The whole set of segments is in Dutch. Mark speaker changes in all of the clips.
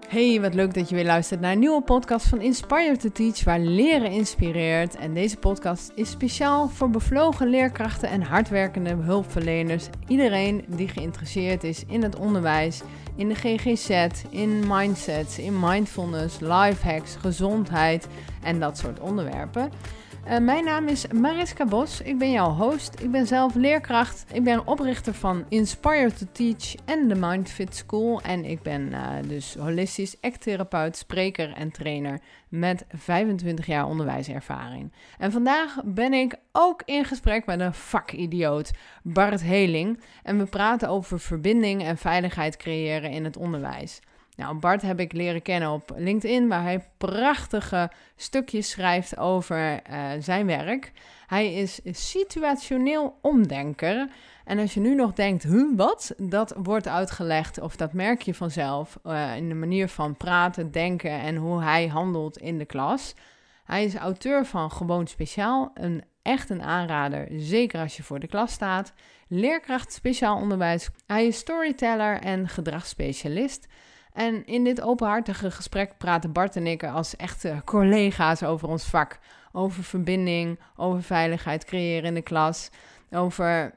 Speaker 1: Hey, wat leuk dat je weer luistert naar een nieuwe podcast van Inspire to Teach, waar leren inspireert. En deze podcast is speciaal voor bevlogen leerkrachten en hardwerkende hulpverleners. Iedereen die geïnteresseerd is in het onderwijs, in de GGZ, in mindsets, in mindfulness, lifehacks, gezondheid en dat soort onderwerpen. Mijn naam is Mariska Bos, ik ben jouw host, ik ben zelf leerkracht, ik ben oprichter van Inspire to Teach en de Mindfit School en ik ben dus holistisch act-therapeut, spreker en trainer met 25 jaar onderwijservaring. En vandaag ben ik ook in gesprek met een vakidioot, Bart Heling, en we praten over verbinding en veiligheid creëren in het onderwijs. Nou, Bart heb ik leren kennen op LinkedIn, waar hij prachtige stukjes schrijft over zijn werk. Hij is situationeel omdenker. En als je nu nog denkt, wat? Dat wordt uitgelegd, of dat merk je vanzelf, in de manier van praten, denken en hoe hij handelt in de klas. Hij is auteur van Gewoon Speciaal, echt een aanrader, zeker als je voor de klas staat. Leerkracht speciaal onderwijs. Hij is storyteller en gedragsspecialist. En in dit openhartige gesprek praten Bart en ik als echte collega's over ons vak. Over verbinding, over veiligheid creëren in de klas. Over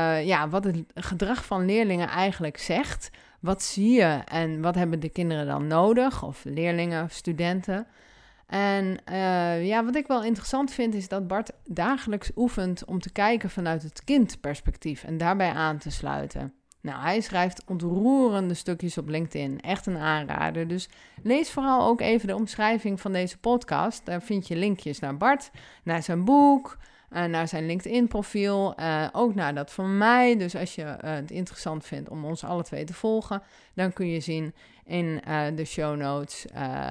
Speaker 1: wat het gedrag van leerlingen eigenlijk zegt. Wat zie je en wat hebben de kinderen dan nodig? Of leerlingen of studenten. En wat ik wel interessant vind is dat Bart dagelijks oefent om te kijken vanuit het kindperspectief en daarbij aan te sluiten. Nou, hij schrijft ontroerende stukjes op LinkedIn. Echt een aanrader. Dus lees vooral ook even de omschrijving van deze podcast. Daar vind je linkjes naar Bart, naar zijn boek, naar zijn LinkedIn-profiel. Ook naar dat van mij. Dus als je het interessant vindt om ons alle twee te volgen, dan kun je zien in de show notes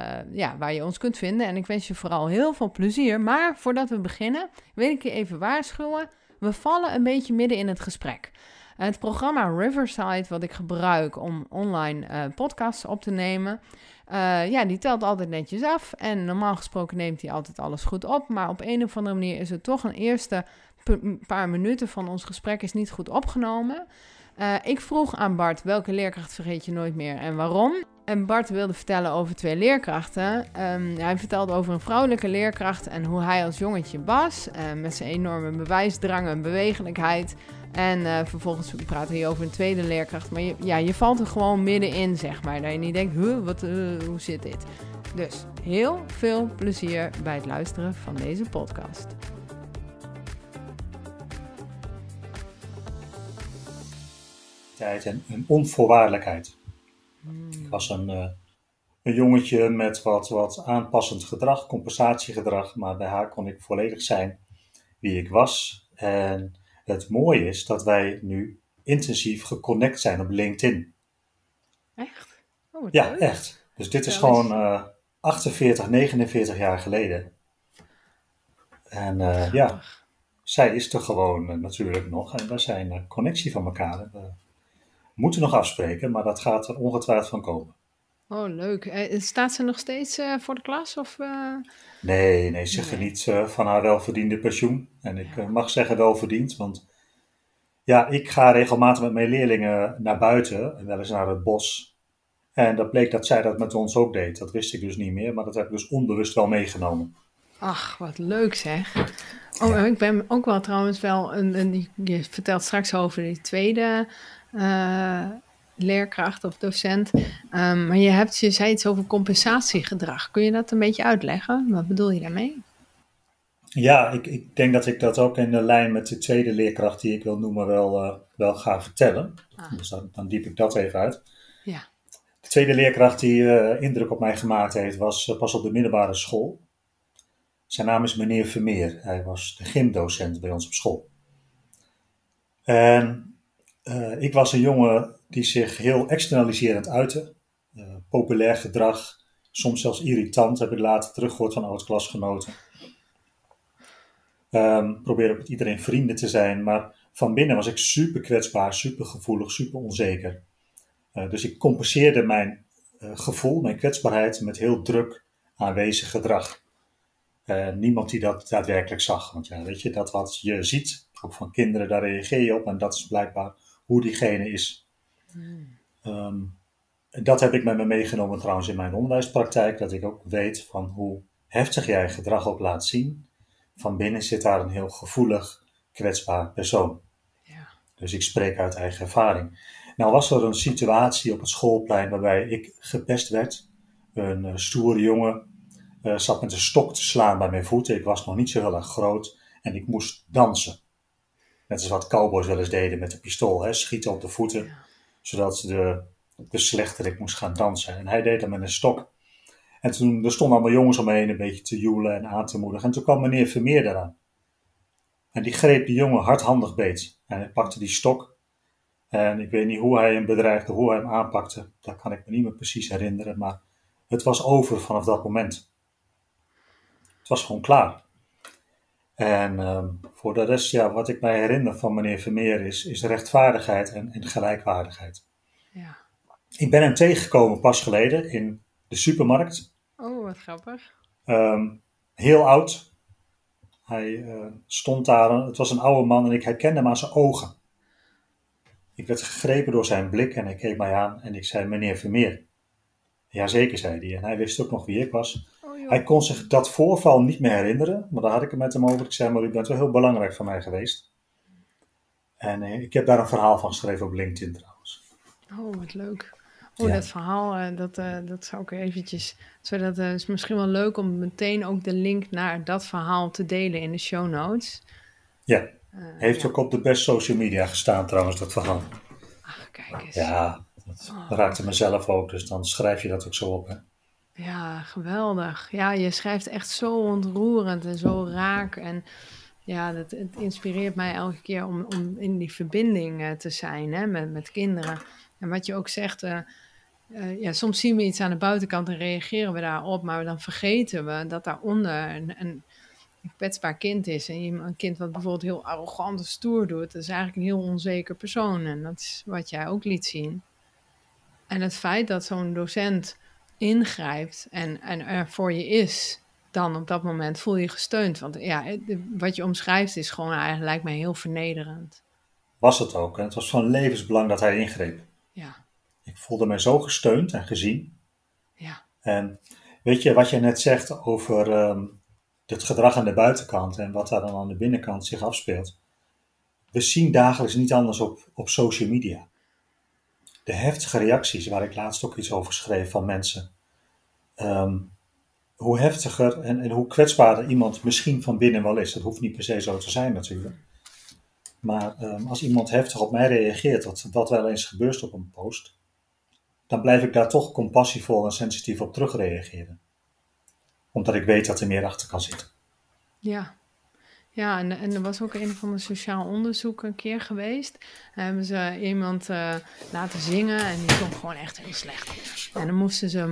Speaker 1: waar je ons kunt vinden. En ik wens je vooral heel veel plezier. Maar voordat we beginnen, wil ik je even waarschuwen. We vallen een beetje midden in het gesprek. Het programma Riverside, wat ik gebruik om online podcasts op te nemen, die telt altijd netjes af. En normaal gesproken neemt hij altijd alles goed op. Maar op een of andere manier is het toch een eerste paar minuten van ons gesprek is niet goed opgenomen. Ik vroeg aan Bart, welke leerkracht vergeet je nooit meer en waarom? En Bart wilde vertellen over 2 leerkrachten. Hij vertelde over een vrouwelijke leerkracht en hoe hij als jongetje was. Met zijn enorme bewijsdrang en bewegelijkheid. En vervolgens praten we over een tweede leerkracht. Maar je valt er gewoon middenin, zeg maar. Dat je niet denkt, hoe zit dit? Dus heel veel plezier bij het luisteren van deze podcast.
Speaker 2: En een onvoorwaardelijkheid. Ik was een jongetje met wat aanpassend gedrag, compensatiegedrag, maar bij haar kon ik volledig zijn wie ik was. En het mooie is dat wij nu intensief geconnect zijn op LinkedIn.
Speaker 1: Echt? Oh,
Speaker 2: ja,
Speaker 1: leuk.
Speaker 2: Echt. Dus dit is gewoon 48, 49 jaar geleden. En zij is er gewoon natuurlijk nog. En we zijn connectie van elkaar. We moeten nog afspreken, maar dat gaat er ongetwijfeld van komen.
Speaker 1: Oh, leuk. Staat ze nog steeds voor de klas? Of,
Speaker 2: Nee, ze geniet van haar welverdiende pensioen. En ik mag zeggen welverdiend, want ik ga regelmatig met mijn leerlingen naar buiten, en wel eens naar het bos. En dat bleek dat zij dat met ons ook deed. Dat wist ik dus niet meer, maar dat heb ik dus onbewust wel meegenomen.
Speaker 1: Ach, wat leuk zeg. Oh, ik ben ook wel trouwens wel je vertelt straks over die tweede leerkracht of docent. Maar je zei iets over compensatiegedrag. Kun je dat een beetje uitleggen? Wat bedoel je daarmee?
Speaker 2: Ja, ik denk dat ik dat ook in de lijn met de tweede leerkracht die ik wil noemen wel ga vertellen. Dus dan diep ik dat even uit.
Speaker 1: Ja.
Speaker 2: De tweede leerkracht die indruk op mij gemaakt heeft was pas op de middelbare school. Zijn naam is meneer Vermeer. Hij was de gymdocent bij ons op school. En ik was een jongen die zich heel externaliserend uitte. Populair gedrag, soms zelfs irritant, heb ik later teruggehoord van oud-klasgenoten. Probeerde ook met iedereen vrienden te zijn, maar van binnen was ik super kwetsbaar, super gevoelig, super onzeker. Dus ik compenseerde mijn gevoel, mijn kwetsbaarheid met heel druk aanwezig gedrag. Niemand die dat daadwerkelijk zag. Want weet je, dat wat je ziet, ook van kinderen, daar reageer je op. En dat is blijkbaar hoe diegene is. Dat heb ik met me meegenomen trouwens in mijn onderwijspraktijk. Dat ik ook weet van hoe heftig jij gedrag ook laat zien. Van binnen zit daar een heel gevoelig, kwetsbaar persoon.
Speaker 1: Ja.
Speaker 2: Dus ik spreek uit eigen ervaring. Nou was er een situatie op het schoolplein waarbij ik gepest werd. Een stoere jongen zat met een stok te slaan bij mijn voeten. Ik was nog niet zo heel erg groot en ik moest dansen. Net als wat cowboys wel eens deden met een pistool. Hè? Schieten op de voeten, zodat de slechterik moest gaan dansen. En hij deed dat met een stok. En toen er stonden allemaal jongens omheen een beetje te joelen en aan te moedigen. En toen kwam meneer Vermeer eraan. En die greep die jongen hardhandig beet. En hij pakte die stok. En ik weet niet hoe hij hem bedreigde, hoe hij hem aanpakte. Dat kan ik me niet meer precies herinneren. Maar het was over vanaf dat moment. Het was gewoon klaar. En voor de rest, ja, wat ik mij herinner van meneer Vermeer is rechtvaardigheid en gelijkwaardigheid.
Speaker 1: Ja.
Speaker 2: Ik ben hem tegengekomen pas geleden in de supermarkt.
Speaker 1: Oh, wat grappig.
Speaker 2: Heel oud. Hij stond daar, het was een oude man en ik herkende hem aan zijn ogen. Ik werd gegrepen door zijn blik en hij keek mij aan en ik zei, meneer Vermeer. Jazeker, zei hij. En hij wist ook nog wie ik was. Hij kon zich dat voorval niet meer herinneren, maar daar had ik het met hem over. Ik zei, maar u bent wel heel belangrijk voor mij geweest. En ik heb daar een verhaal van geschreven op LinkedIn trouwens.
Speaker 1: Oh, wat leuk. Dat verhaal, dat zou ik eventjes... Zodat het is misschien wel leuk om meteen ook de link naar dat verhaal te delen in de show notes.
Speaker 2: Ja, heeft ook op de best social media gestaan trouwens, dat verhaal.
Speaker 1: Ach, kijk eens.
Speaker 2: Ja, dat raakte mezelf ook, dus dan schrijf je dat ook zo op, hè.
Speaker 1: Ja, geweldig. Ja, je schrijft echt zo ontroerend en zo raak. En ja, het inspireert mij elke keer om in die verbinding te zijn, hè, met kinderen. En wat je ook zegt, soms zien we iets aan de buitenkant en reageren we daarop, maar dan vergeten we dat daaronder een kwetsbaar kind is. En een kind wat bijvoorbeeld heel arrogant of stoer doet, dat is eigenlijk een heel onzeker persoon. En dat is wat jij ook liet zien. En het feit dat zo'n docent ingrijpt en er voor je is, dan op dat moment voel je je gesteund. Want ja, wat je omschrijft is gewoon eigenlijk, lijkt mij heel vernederend.
Speaker 2: Was het ook. En het was van levensbelang dat hij ingreep.
Speaker 1: Ja.
Speaker 2: Ik voelde mij zo gesteund en gezien.
Speaker 1: Ja.
Speaker 2: En weet je, wat je net zegt over het gedrag aan de buitenkant en wat daar dan aan de binnenkant zich afspeelt. We zien dagelijks niet anders op social media. De heftige reacties, waar ik laatst ook iets over schreef van mensen. Hoe heftiger en hoe kwetsbaarder iemand misschien van binnen wel is. Dat hoeft niet per se zo te zijn natuurlijk. Maar als iemand heftig op mij reageert, dat wel eens gebeurt op een post, dan blijf ik daar toch compassievol en sensitief op terugreageren. Omdat ik weet dat er meer achter kan zitten.
Speaker 1: Ja. Ja, en er was ook een van de sociaal onderzoek een keer geweest. Daar hebben ze iemand laten zingen en die zong gewoon echt heel slecht. En dan moesten ze hem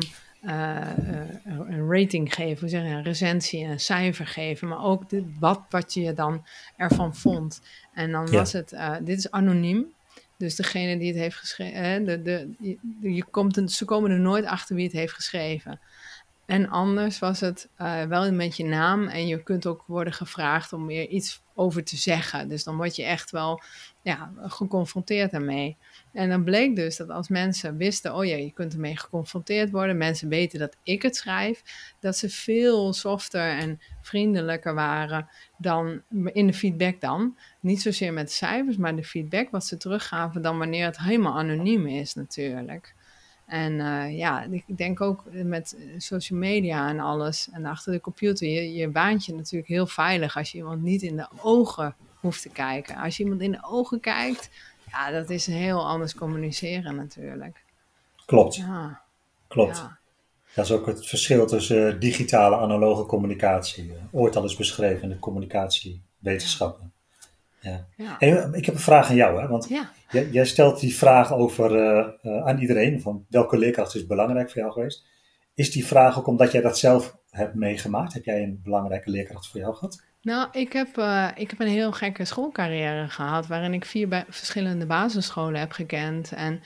Speaker 1: een rating geven, hoe zeg je, een recensie, een cijfer geven. Maar ook wat je dan ervan vond. En dan was het, dit is anoniem. Dus degene die het heeft geschreven, ze komen er nooit achter wie het heeft geschreven. En anders was het wel met je naam en je kunt ook worden gevraagd om weer iets over te zeggen. Dus dan word je echt wel geconfronteerd daarmee. En dan bleek dus dat als mensen wisten, oh ja, je kunt ermee geconfronteerd worden. Mensen weten dat ik het schrijf. Dat ze veel softer en vriendelijker waren dan in de feedback dan. Niet zozeer met cijfers, maar de feedback wat ze teruggaven dan wanneer het helemaal anoniem is natuurlijk. En ik denk ook met social media en alles en achter de computer, je baant je natuurlijk heel veilig als je iemand niet in de ogen hoeft te kijken. Als je iemand in de ogen kijkt, ja, dat is een heel anders communiceren natuurlijk.
Speaker 2: Klopt.
Speaker 1: Ja.
Speaker 2: Klopt. Ja. Dat is ook het verschil tussen digitale en analoge communicatie. Ooit al eens beschreven in de communicatiewetenschappen. Ja. Ja. Hey, ik heb een vraag aan jou, hè? Want jij stelt die vraag over aan iedereen, van welke leerkracht is belangrijk voor jou geweest? Is die vraag ook omdat jij dat zelf hebt meegemaakt? Heb jij een belangrijke leerkracht voor jou gehad?
Speaker 1: Nou, ik heb een heel gekke schoolcarrière gehad, waarin ik 4 verschillende basisscholen heb gekend. En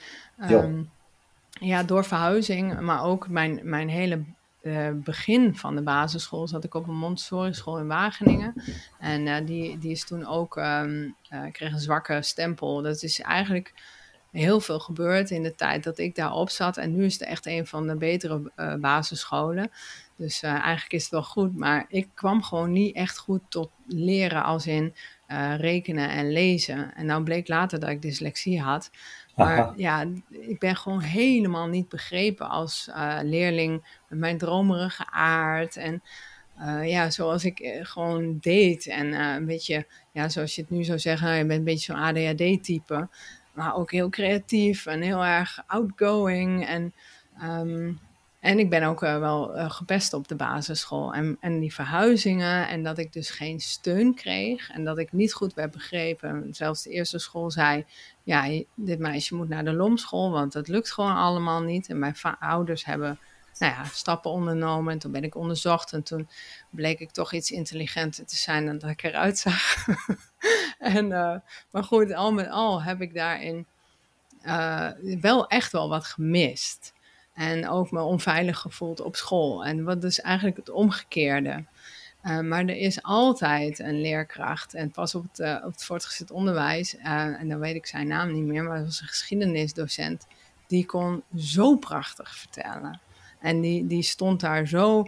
Speaker 1: door verhuizing, maar ook mijn hele begin van de basisschool zat ik op een Montessori school in Wageningen. En die is toen ook, kreeg een zwakke stempel. Dat is eigenlijk, heel veel gebeurd in de tijd dat ik daarop zat. En nu is het echt een van de betere basisscholen. Dus eigenlijk is het wel goed. Maar ik kwam gewoon niet echt goed tot leren als in rekenen en lezen. En nou bleek later dat ik dyslexie had. Maar
Speaker 2: Aha.
Speaker 1: ja, ik ben gewoon helemaal niet begrepen als leerling met mijn dromerige aard. En zoals ik gewoon deed. En een beetje, ja, zoals je het nu zou zeggen, je bent een beetje zo'n ADHD-type. Maar ook heel creatief en heel erg outgoing. En ik ben ook wel gepest op de basisschool. En die verhuizingen en dat ik dus geen steun kreeg. En dat ik niet goed werd begrepen. Zelfs de eerste school zei, ja, dit meisje moet naar de LOM-school, want het lukt gewoon allemaal niet. En mijn ouders hebben stappen ondernomen. En toen ben ik onderzocht. En toen bleek ik toch iets intelligenter te zijn dan dat ik eruit zag. Maar goed, al met al heb ik daarin wel echt wel wat gemist. En ook me onveilig gevoeld op school. En wat dus eigenlijk het omgekeerde. Maar er is altijd een leerkracht. En pas op het voortgezet onderwijs. En dan weet ik zijn naam niet meer. Maar het was een geschiedenisdocent. Die kon zo prachtig vertellen. En die stond daar zo.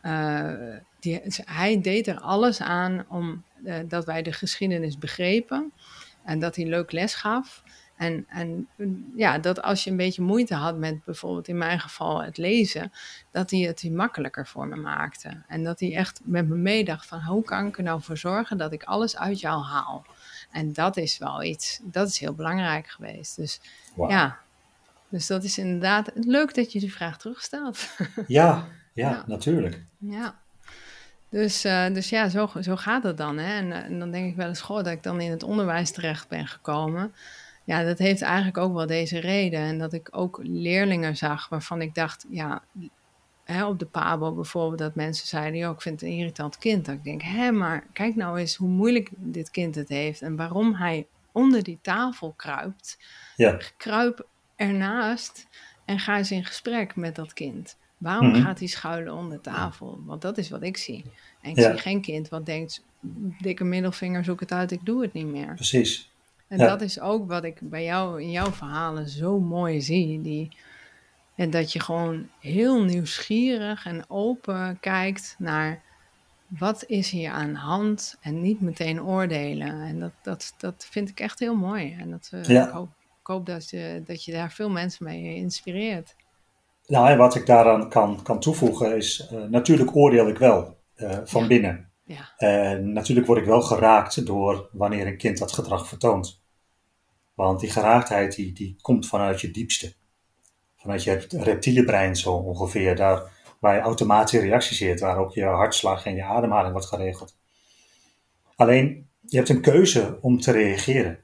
Speaker 1: Hij deed er alles aan om dat wij de geschiedenis begrepen. En dat hij leuk les gaf. En dat als je een beetje moeite had met bijvoorbeeld in mijn geval het lezen, dat hij het makkelijker voor me maakte. En dat hij echt met me meedacht van hoe kan ik er nou voor zorgen dat ik alles uit jou haal. En dat is wel iets, dat is heel belangrijk geweest. Dus
Speaker 2: Wauw.
Speaker 1: ja, dus dat is inderdaad leuk dat je die vraag terugstelt.
Speaker 2: Ja,
Speaker 1: Ja.
Speaker 2: natuurlijk.
Speaker 1: Ja. Dus ja, zo gaat het dan. Hè? En dan denk ik wel eens, goh, dat ik dan in het onderwijs terecht ben gekomen. Ja, dat heeft eigenlijk ook wel deze reden. En dat ik ook leerlingen zag waarvan ik dacht, ja, op de PABO bijvoorbeeld, dat mensen zeiden, joh, ik vind het een irritant kind. Dat ik denk, maar kijk nou eens hoe moeilijk dit kind het heeft. En waarom hij onder die tafel kruipt.
Speaker 2: Ja.
Speaker 1: Kruip ernaast en ga eens in gesprek met dat kind. Waarom gaat hij schuilen onder tafel? Want dat is wat ik zie. En ik zie geen kind wat denkt, dikke middelvinger, zoek het uit, ik doe het niet meer.
Speaker 2: Precies.
Speaker 1: En dat is ook wat ik bij jou in jouw verhalen zo mooi zie. En dat je gewoon heel nieuwsgierig en open kijkt naar wat is hier aan de hand en niet meteen oordelen. En dat vind ik echt heel mooi. En ik hoop dat je daar veel mensen mee inspireert.
Speaker 2: Nou, en wat ik daaraan kan toevoegen is, natuurlijk oordeel ik wel van binnen.
Speaker 1: Ja.
Speaker 2: En natuurlijk word ik wel geraakt door wanneer een kind dat gedrag vertoont. Want die geraaktheid die komt vanuit je diepste. Vanuit je reptiele brein zo ongeveer. Daar waar je automatische reactie zit. Waar ook je hartslag en je ademhaling wordt geregeld. Alleen, je hebt een keuze om te reageren.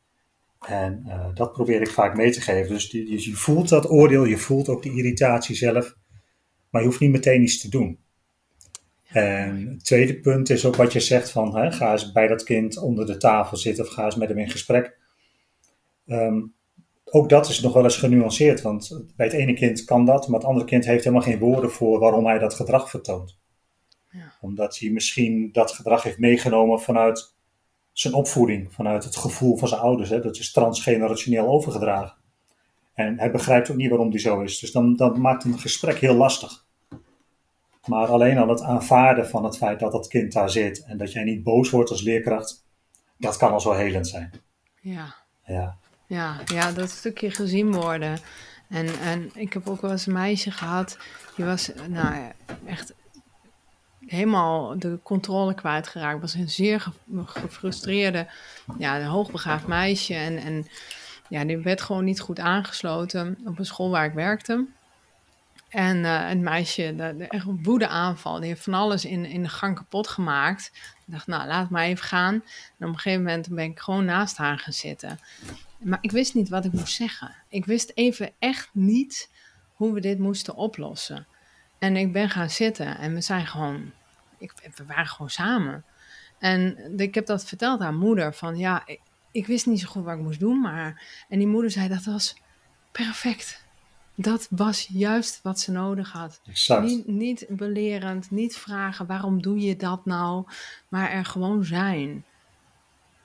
Speaker 2: En dat probeer ik vaak mee te geven. Dus je voelt dat oordeel, je voelt ook de irritatie zelf. Maar je hoeft niet meteen iets te doen. En het tweede punt is ook wat je zegt van, ga eens bij dat kind onder de tafel zitten of ga eens met hem in gesprek. Ook dat is nog wel eens genuanceerd, want bij het ene kind kan dat, maar het andere kind heeft helemaal geen woorden voor waarom hij dat gedrag vertoont.
Speaker 1: Ja.
Speaker 2: Omdat hij misschien dat gedrag heeft meegenomen vanuit zijn opvoeding, vanuit het gevoel van zijn ouders. Dat is transgenerationeel overgedragen. En hij begrijpt ook niet waarom die zo is. Dus dan maakt een gesprek heel lastig. Maar alleen al het aanvaarden van het feit dat dat kind daar zit en dat jij niet boos wordt als leerkracht, dat kan al zo helend zijn.
Speaker 1: Ja, dat stukje gezien worden. En ik heb ook wel eens een meisje gehad, die was echt helemaal de controle kwijtgeraakt. Was een zeer gefrustreerde, een hoogbegaafd meisje. En die werd gewoon niet goed aangesloten op een school waar ik werkte. En een meisje, echt een woedeaanval, die heeft van alles in de gang kapot gemaakt. Ik dacht, laat maar even gaan. En op een gegeven moment ben ik gewoon naast haar gaan zitten. Maar ik wist niet wat ik moest zeggen. Ik wist even echt niet hoe we dit moesten oplossen. En ik ben gaan zitten en we waren gewoon samen. En ik heb dat verteld aan moeder van, ik wist niet zo goed wat ik moest doen, en die moeder zei, dat was perfect. Dat was juist wat ze nodig had. Niet belerend, niet vragen, waarom doe je dat nou? Maar er gewoon zijn.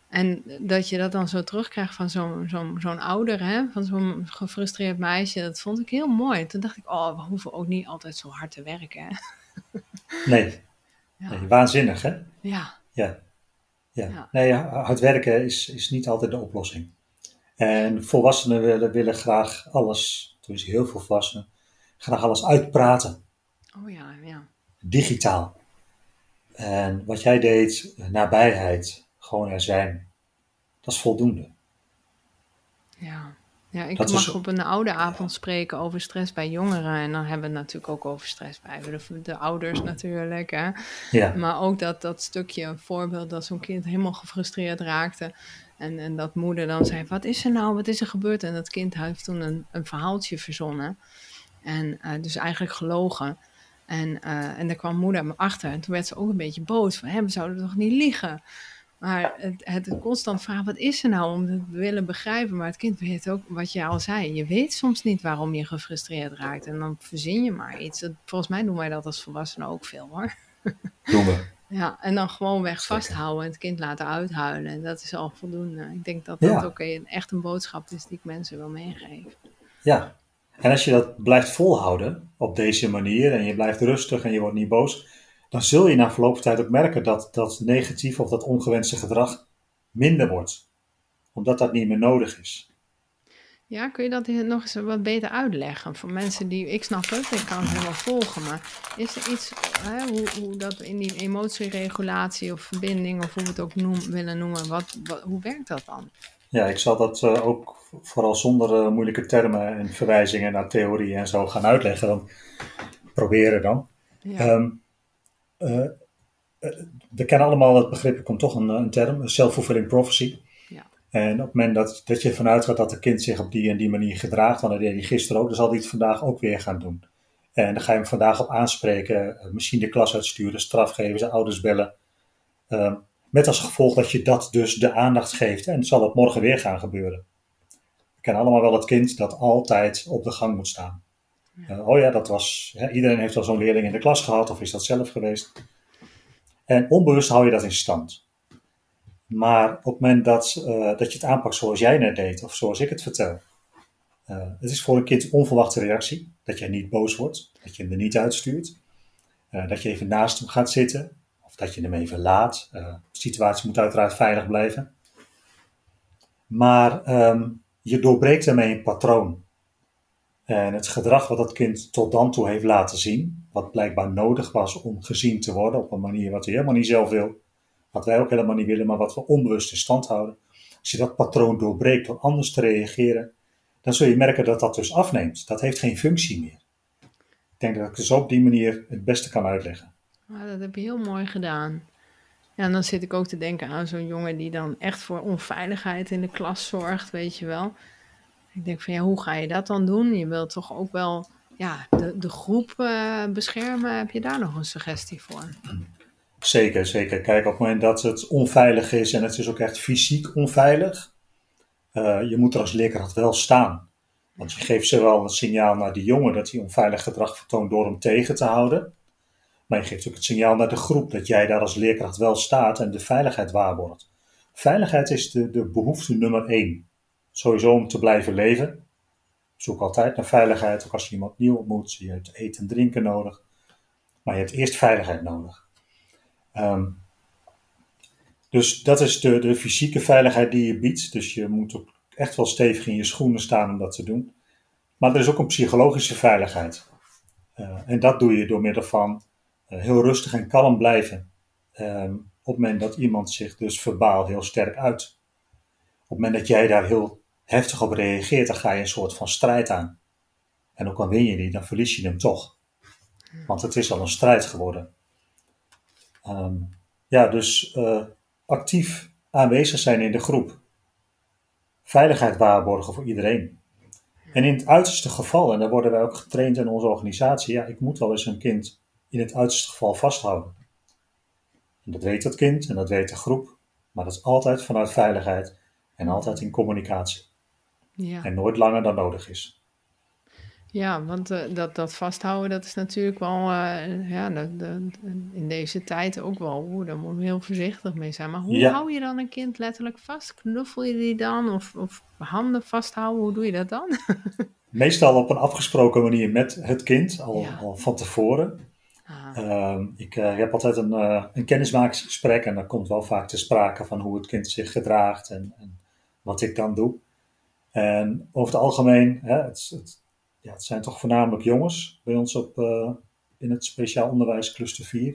Speaker 1: En dat je dat dan zo terugkrijgt van zo'n ouder, hè, van zo'n gefrustreerd meisje, dat vond ik heel mooi. Toen dacht ik, we hoeven ook niet altijd zo hard te werken, hè.
Speaker 2: Nee,
Speaker 1: Ja,
Speaker 2: nee, waanzinnig hè?
Speaker 1: ja,
Speaker 2: Ja, ja.
Speaker 1: ja.
Speaker 2: Nee, hard werken is niet altijd de oplossing. En volwassenen willen graag alles, dus heel veel volwassenen, graag alles uitpraten,
Speaker 1: Oh ja, ja.
Speaker 2: digitaal. En wat jij deed, nabijheid, gewoon er zijn, dat is voldoende.
Speaker 1: Ja. Ja, ik
Speaker 2: Dat
Speaker 1: mag
Speaker 2: is,
Speaker 1: op een ouderavond spreken over stress bij jongeren. En dan hebben we het natuurlijk ook over stress bij de ouders natuurlijk. Hè.
Speaker 2: ja,
Speaker 1: Maar ook dat stukje, een voorbeeld dat zo'n kind helemaal gefrustreerd raakte. En dat moeder dan zei, wat is er nou, wat is er gebeurd? En dat kind heeft toen een verhaaltje verzonnen. En dus eigenlijk gelogen. En daar kwam moeder achter. En toen werd ze ook een beetje boos. Van, we zouden toch niet liegen? Maar het constant vragen, wat is er nou? Om het te willen begrijpen. Maar het kind weet ook, wat je al zei. Je weet soms niet waarom je gefrustreerd raakt. En dan verzin je maar iets. Volgens mij doen wij dat als volwassenen ook veel, hoor.
Speaker 2: doen we.
Speaker 1: Ja, en dan gewoon weg
Speaker 2: Zeker.
Speaker 1: vasthouden en het kind laten uithuilen. En dat is al voldoende. Ik denk dat
Speaker 2: Ja.
Speaker 1: dat ook echt een boodschap is die ik mensen wil meegeven.
Speaker 2: Ja, en als je dat blijft volhouden op deze manier en je blijft rustig en je wordt niet boos, dan zul je na verloop van tijd ook merken dat dat negatieve of dat ongewenste gedrag minder wordt. Omdat dat niet meer nodig is.
Speaker 1: Ja, kun je dat nog eens wat beter uitleggen? Voor mensen die, ik snap het, ik kan het helemaal volgen, maar is er iets, hoe dat in die emotieregulatie of verbinding, of hoe we het ook willen noemen, hoe werkt dat dan?
Speaker 2: Ja, ik zal dat ook vooral zonder moeilijke termen en verwijzingen naar theorie en zo gaan uitleggen. Dan proberen dan.
Speaker 1: Ja.
Speaker 2: We kennen allemaal het begrip, er komt toch een term, self-fulfilling prophecy.
Speaker 1: Ja.
Speaker 2: En op het moment dat je ervan uitgaat dat het kind zich op die en die manier gedraagt, want dat deed hij gisteren ook, dan zal hij het vandaag ook weer gaan doen. En dan ga je hem vandaag op aanspreken, misschien de klas uitsturen, straf geven, zijn ouders bellen. Met als gevolg dat je dat dus de aandacht geeft. En zal het morgen weer gaan gebeuren. We kennen allemaal wel het kind dat altijd op de gang moet staan. Dat was, iedereen heeft wel zo'n leerling in de klas gehad, of is dat zelf geweest. En onbewust hou je dat in stand. Maar op het moment dat je het aanpakt zoals jij net deed, of zoals ik het vertel. Het is voor een kind een onverwachte reactie. Dat jij niet boos wordt, dat je hem er niet uitstuurt. Dat je even naast hem gaat zitten, of dat je hem even laat. De situatie moet uiteraard veilig blijven. Maar je doorbreekt daarmee een patroon. En het gedrag wat dat kind tot dan toe heeft laten zien, wat blijkbaar nodig was om gezien te worden op een manier wat hij helemaal niet zelf wil, wat wij ook helemaal niet willen, maar wat we onbewust in stand houden. Als je dat patroon doorbreekt door anders te reageren, dan zul je merken dat dat dus afneemt. Dat heeft geen functie meer. Ik denk dat ik het zo op die manier het beste kan uitleggen.
Speaker 1: Dat heb je heel mooi gedaan. Ja, en dan zit ik ook te denken aan zo'n jongen die dan echt voor onveiligheid in de klas zorgt, weet je wel. Ik denk van, hoe ga je dat dan doen? Je wilt toch ook wel de groep beschermen. Heb je daar nog een suggestie voor?
Speaker 2: Zeker, zeker. Kijk, op het moment dat het onveilig is en het is ook echt fysiek onveilig, je moet er als leerkracht wel staan. Want je geeft zowel een signaal naar die jongen dat hij onveilig gedrag vertoont door hem tegen te houden. Maar je geeft ook het signaal naar de groep dat jij daar als leerkracht wel staat en de veiligheid waarborgt. Veiligheid is de behoefte nummer 1. Sowieso om te blijven leven. Zoek altijd naar veiligheid, ook als je iemand nieuw ontmoet. Je hebt eten en drinken nodig. Maar je hebt eerst veiligheid nodig. Dus dat is de fysieke veiligheid die je biedt. Dus je moet ook echt wel stevig in je schoenen staan om dat te doen. Maar er is ook een psychologische veiligheid. En dat doe je door middel van heel rustig en kalm blijven. Op het moment dat iemand zich dus verbaal heel sterk uit. Op het moment dat jij daar heel heftig op reageert, dan ga je een soort van strijd aan. En ook al win je die, dan verlies je hem toch. Want het is al een strijd geworden. Dus actief aanwezig zijn in de groep. Veiligheid waarborgen voor iedereen. En in het uiterste geval, en daar worden wij ook getraind in onze organisatie, ik moet wel eens een kind in het uiterste geval vasthouden. En dat weet dat kind en dat weet de groep, maar dat is altijd vanuit veiligheid en altijd in communicatie.
Speaker 1: Ja.
Speaker 2: En nooit langer dan nodig is.
Speaker 1: Ja, want dat vasthouden, dat is natuurlijk wel, in deze tijd ook wel, daar moet je heel voorzichtig mee zijn. Maar hoe
Speaker 2: Ja,
Speaker 1: hou je dan een kind letterlijk vast? Knuffel je die dan? Of handen vasthouden? Hoe doe je dat dan?
Speaker 2: meestal op een afgesproken manier met het kind,
Speaker 1: Ja.
Speaker 2: al van tevoren.
Speaker 1: Ah,
Speaker 2: Ik heb altijd een kennismakingsgesprek en dan komt wel vaak te sprake van hoe het kind zich gedraagt en wat ik dan doe. En over het algemeen, hè, het zijn toch voornamelijk jongens bij ons in het speciaal onderwijs cluster 4.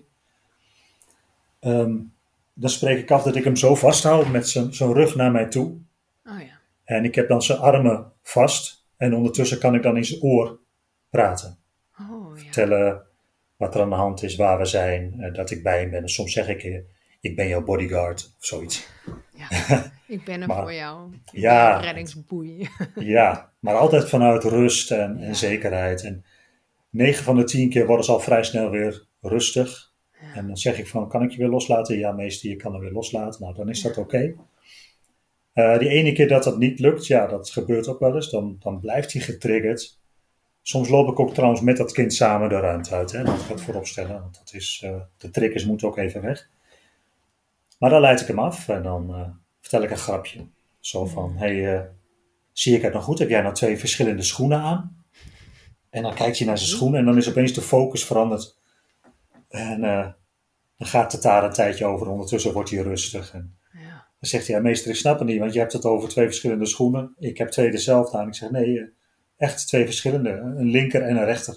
Speaker 2: Ehm, Dan spreek ik af dat ik hem zo vasthoud met zijn rug naar mij toe.
Speaker 1: oh ja.
Speaker 2: En ik heb dan zijn armen vast en ondertussen kan ik dan in zijn oor praten.
Speaker 1: Oh ja.
Speaker 2: Vertellen wat er aan de hand is, waar we zijn, dat ik bij hem ben. En soms zeg ik, ik ben jouw bodyguard of zoiets.
Speaker 1: Ja. Ik ben er
Speaker 2: Maar
Speaker 1: voor jou. Ik ben jouw
Speaker 2: ja,
Speaker 1: reddingsboei.
Speaker 2: ja, maar altijd vanuit rust en
Speaker 1: Ja.
Speaker 2: zekerheid. En 9 van de 10 keer worden ze al vrij snel weer rustig.
Speaker 1: Ja.
Speaker 2: En dan zeg ik van, kan ik je weer loslaten? Ja, meester, je kan er weer loslaten. Nou, dan is dat oké. Die ene keer dat dat niet lukt, ja, dat gebeurt ook wel eens. Dan blijft hij getriggerd. Soms loop ik ook trouwens met dat kind samen de ruimte uit. Hè? Laat ik dat voorop stellen. Want dat is, de triggers moeten ook even weg. Maar dan leid ik hem af en dan vertel ik een grapje. Zo van, hey, zie ik het nog goed? Heb jij nou 2 verschillende schoenen aan? En dan kijkt hij naar zijn schoenen en dan is opeens de focus veranderd. En dan gaat het daar een tijdje over. Ondertussen wordt hij rustig. En
Speaker 1: Ja.
Speaker 2: dan zegt hij, ja, meester, ik snap het niet. Want je hebt het over 2 verschillende schoenen. Ik heb 2 dezelfde aan. Ik zeg, nee, echt 2 verschillende. Een linker en een rechter.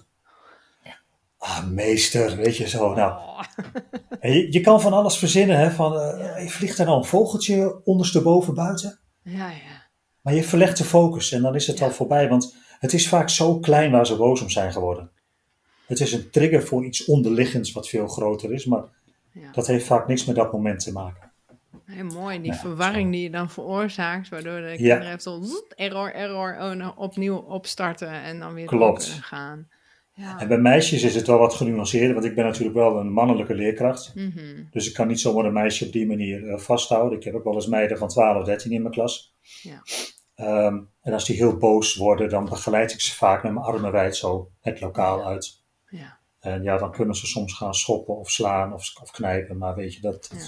Speaker 2: Ah, meester, weet je zo. Nou,
Speaker 1: Oh.
Speaker 2: en je kan van alles verzinnen. Hè, van, vliegt er nou een vogeltje ondersteboven buiten?
Speaker 1: Ja, ja.
Speaker 2: Maar je verlegt de focus en dan is het
Speaker 1: Ja.
Speaker 2: al voorbij. Want het is vaak zo klein waar ze boos om zijn geworden. Het is een trigger voor iets onderliggends wat veel groter is. Maar
Speaker 1: Ja.
Speaker 2: dat heeft vaak niks met dat moment te maken.
Speaker 1: Heel mooi, die
Speaker 2: Ja,
Speaker 1: verwarring
Speaker 2: zo.
Speaker 1: die je dan veroorzaakt, waardoor de
Speaker 2: Ja.
Speaker 1: kinderen even zo error, nou, opnieuw opstarten en dan weer door
Speaker 2: Klopt.
Speaker 1: kunnen gaan. Ja.
Speaker 2: En bij meisjes is het wel wat genuanceerder, want ik ben natuurlijk wel een mannelijke leerkracht.
Speaker 1: Mhm.
Speaker 2: Dus ik kan niet zomaar een meisje op die manier vasthouden. Ik heb ook wel eens meiden van 12, 13 in mijn klas.
Speaker 1: Ja.
Speaker 2: En als die heel boos worden, dan begeleid ik ze vaak met mijn armen wijd zo het lokaal uit.
Speaker 1: Ja.
Speaker 2: En ja, dan kunnen ze soms gaan schoppen of slaan of knijpen. Maar weet je,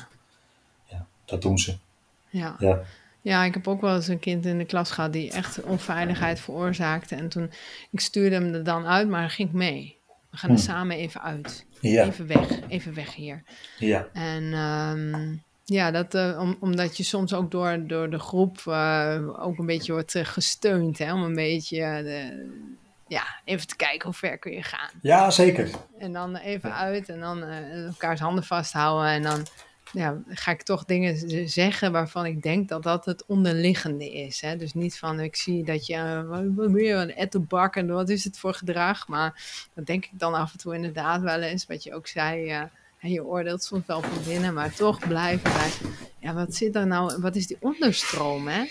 Speaker 2: dat doen ze.
Speaker 1: Ja.
Speaker 2: Ja.
Speaker 1: Ja, ik heb ook wel eens een kind in de klas gehad die echt onveiligheid veroorzaakte. En toen, ik stuurde hem er dan uit, maar hij ging mee. We gaan er samen even uit.
Speaker 2: Ja.
Speaker 1: Even weg hier.
Speaker 2: Ja.
Speaker 1: En ja, omdat je soms ook door de groep ook een beetje wordt gesteund. Hè, om een beetje even te kijken hoe ver kun je gaan.
Speaker 2: Ja, zeker.
Speaker 1: En dan even uit en dan elkaars handen vasthouden. En dan ga ik toch dingen zeggen waarvan ik denk dat dat het onderliggende is. Hè? Dus niet van, ik zie dat je, wat ben je, een ettenbak en wat is het voor gedrag? Maar dat denk ik dan af en toe inderdaad wel eens, wat je ook zei, je oordeelt soms wel van binnen, maar toch blijven bij, ja, wat zit er nou, wat is die onderstroom, hè?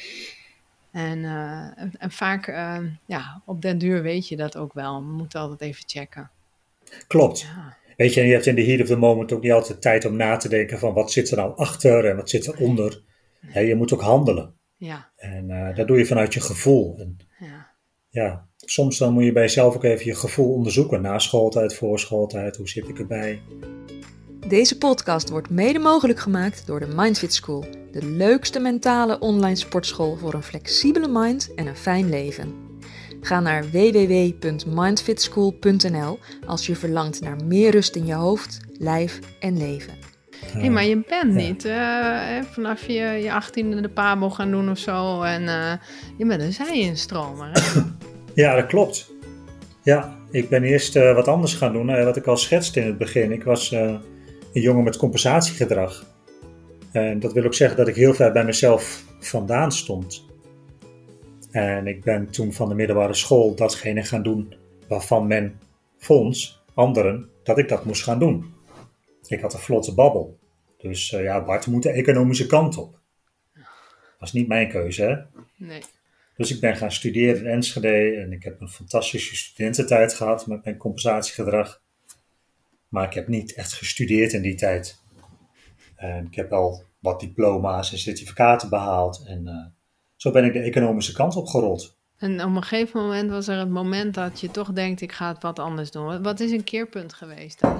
Speaker 1: En vaak, op den duur weet je dat ook wel. We moeten altijd even checken.
Speaker 2: Klopt.
Speaker 1: Ja.
Speaker 2: Weet je, en je hebt in de heat of the moment ook niet altijd tijd om na te denken van wat zit er nou achter en wat zit er onder. Je moet ook handelen.
Speaker 1: Ja.
Speaker 2: En dat doe je vanuit je gevoel. En ja, soms dan moet je bij jezelf ook even je gevoel onderzoeken. Na schooltijd, voor schooltijd, hoe zit ik erbij?
Speaker 3: Deze podcast wordt mede mogelijk gemaakt door de Mindfit School. De leukste mentale online sportschool voor een flexibele mind en een fijn leven. Ga naar www.mindfitschool.nl als je verlangt naar meer rust in je hoofd, lijf en leven.
Speaker 1: Hey, maar je bent niet vanaf je 18e de pabo gaan doen of zo. En je bent een zij-instromer, hè?
Speaker 2: Ja, dat klopt. Ja, ik ben eerst wat anders gaan doen. Wat ik al schetste in het begin. Ik was een jongen met compensatiegedrag. En dat wil ook zeggen dat ik heel ver bij mezelf vandaan stond. En ik ben toen van de middelbare school datgene gaan doen waarvan men vond, anderen, dat ik dat moest gaan doen. Ik had een vlotte babbel. Dus Bart moet de economische kant op. Dat was niet mijn keuze, hè?
Speaker 1: Nee.
Speaker 2: Dus ik ben gaan studeren in Enschede en ik heb een fantastische studententijd gehad met mijn compensatiegedrag. Maar ik heb niet echt gestudeerd in die tijd. En ik heb wel wat diploma's en certificaten behaald en zo ben ik de economische kant opgerold.
Speaker 1: En op een gegeven moment was er het moment dat je toch denkt, ik ga het wat anders doen. Wat is een keerpunt geweest dan?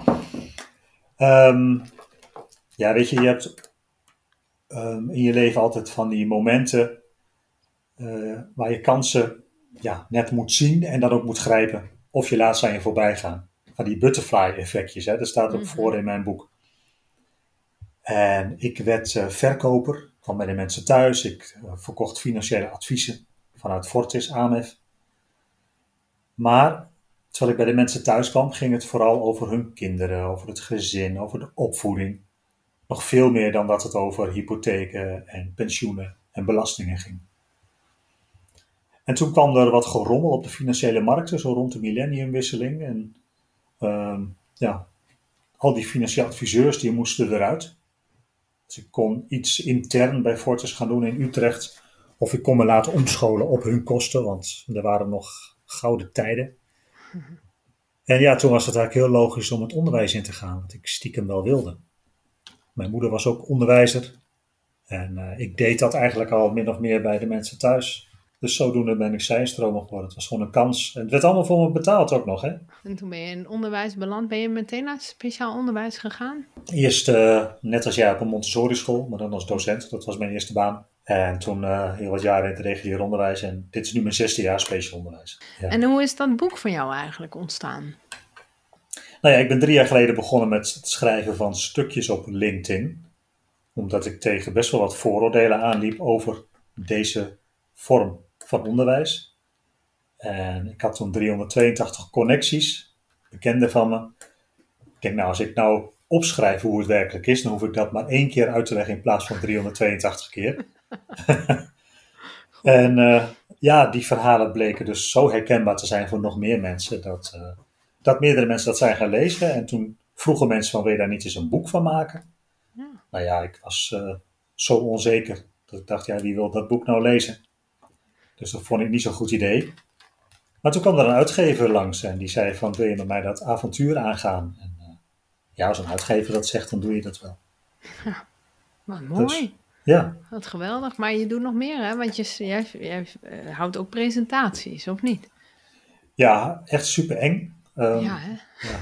Speaker 2: Ja, weet je hebt in je leven altijd van die momenten waar je kansen net moet zien en dan ook moet grijpen. Of je laat ze aan je voorbij gaan. Van die butterfly effectjes, hè? Dat staat ook voor in mijn boek. En ik werd verkoper van bij de mensen thuis. Ik verkocht financiële adviezen vanuit Fortis, AMF. Maar terwijl ik bij de mensen thuis kwam, ging het vooral over hun kinderen, over het gezin, over de opvoeding. Nog veel meer dan dat het over hypotheken en pensioenen en belastingen ging. En toen kwam er wat gerommel op de financiële markten, zo rond de millenniumwisseling. En al die financiële adviseurs die moesten eruit. Dus ik kon iets intern bij Fortis gaan doen in Utrecht. Of ik kon me laten omscholen op hun kosten, want er waren nog gouden tijden. En toen was het eigenlijk heel logisch om het onderwijs in te gaan, wat ik stiekem wel wilde. Mijn moeder was ook onderwijzer. En ik deed dat eigenlijk al min of meer bij de mensen thuis. Dus zodoende ben ik zijstromer geworden. Het was gewoon een kans. En het werd allemaal voor me betaald ook nog, hè.
Speaker 1: En toen ben je in onderwijs beland. Ben je meteen naar speciaal onderwijs gegaan?
Speaker 2: Eerst, net als jij, op een Montessori school, maar dan als docent. Dat was mijn eerste baan. En toen heel wat jaren in het regulier onderwijs. En dit is nu mijn 6e jaar speciaal onderwijs. Ja.
Speaker 1: En hoe is dat boek van jou eigenlijk ontstaan?
Speaker 2: Nou ja, ik ben 3 jaar geleden begonnen met het schrijven van stukjes op LinkedIn. Omdat ik tegen best wel wat vooroordelen aanliep over deze vorm van onderwijs. En ik had toen 382 connecties, bekenden van me. Ik denk, als ik nou opschrijf hoe het werkelijk is, dan hoef ik dat maar 1 keer uit te leggen in plaats van 382 keer. En die verhalen bleken dus zo herkenbaar te zijn voor nog meer mensen, dat meerdere mensen dat zijn gaan lezen. En toen vroegen mensen van, wil je daar niet eens een boek van maken? Ja. Nou ja, ik was zo onzeker dat ik dacht, wie wil dat boek nou lezen? Dus dat vond ik niet zo'n goed idee. Maar toen kwam er een uitgever langs en die zei van, wil je met mij dat avontuur aangaan? En als een uitgever dat zegt, dan doe je dat wel.
Speaker 1: Ja, wat mooi. Dus,
Speaker 2: ja.
Speaker 1: Wat geweldig. Maar je doet nog meer, hè? Want jij houdt ook presentaties, of niet?
Speaker 2: Ja, echt super eng.
Speaker 1: Ja, hè?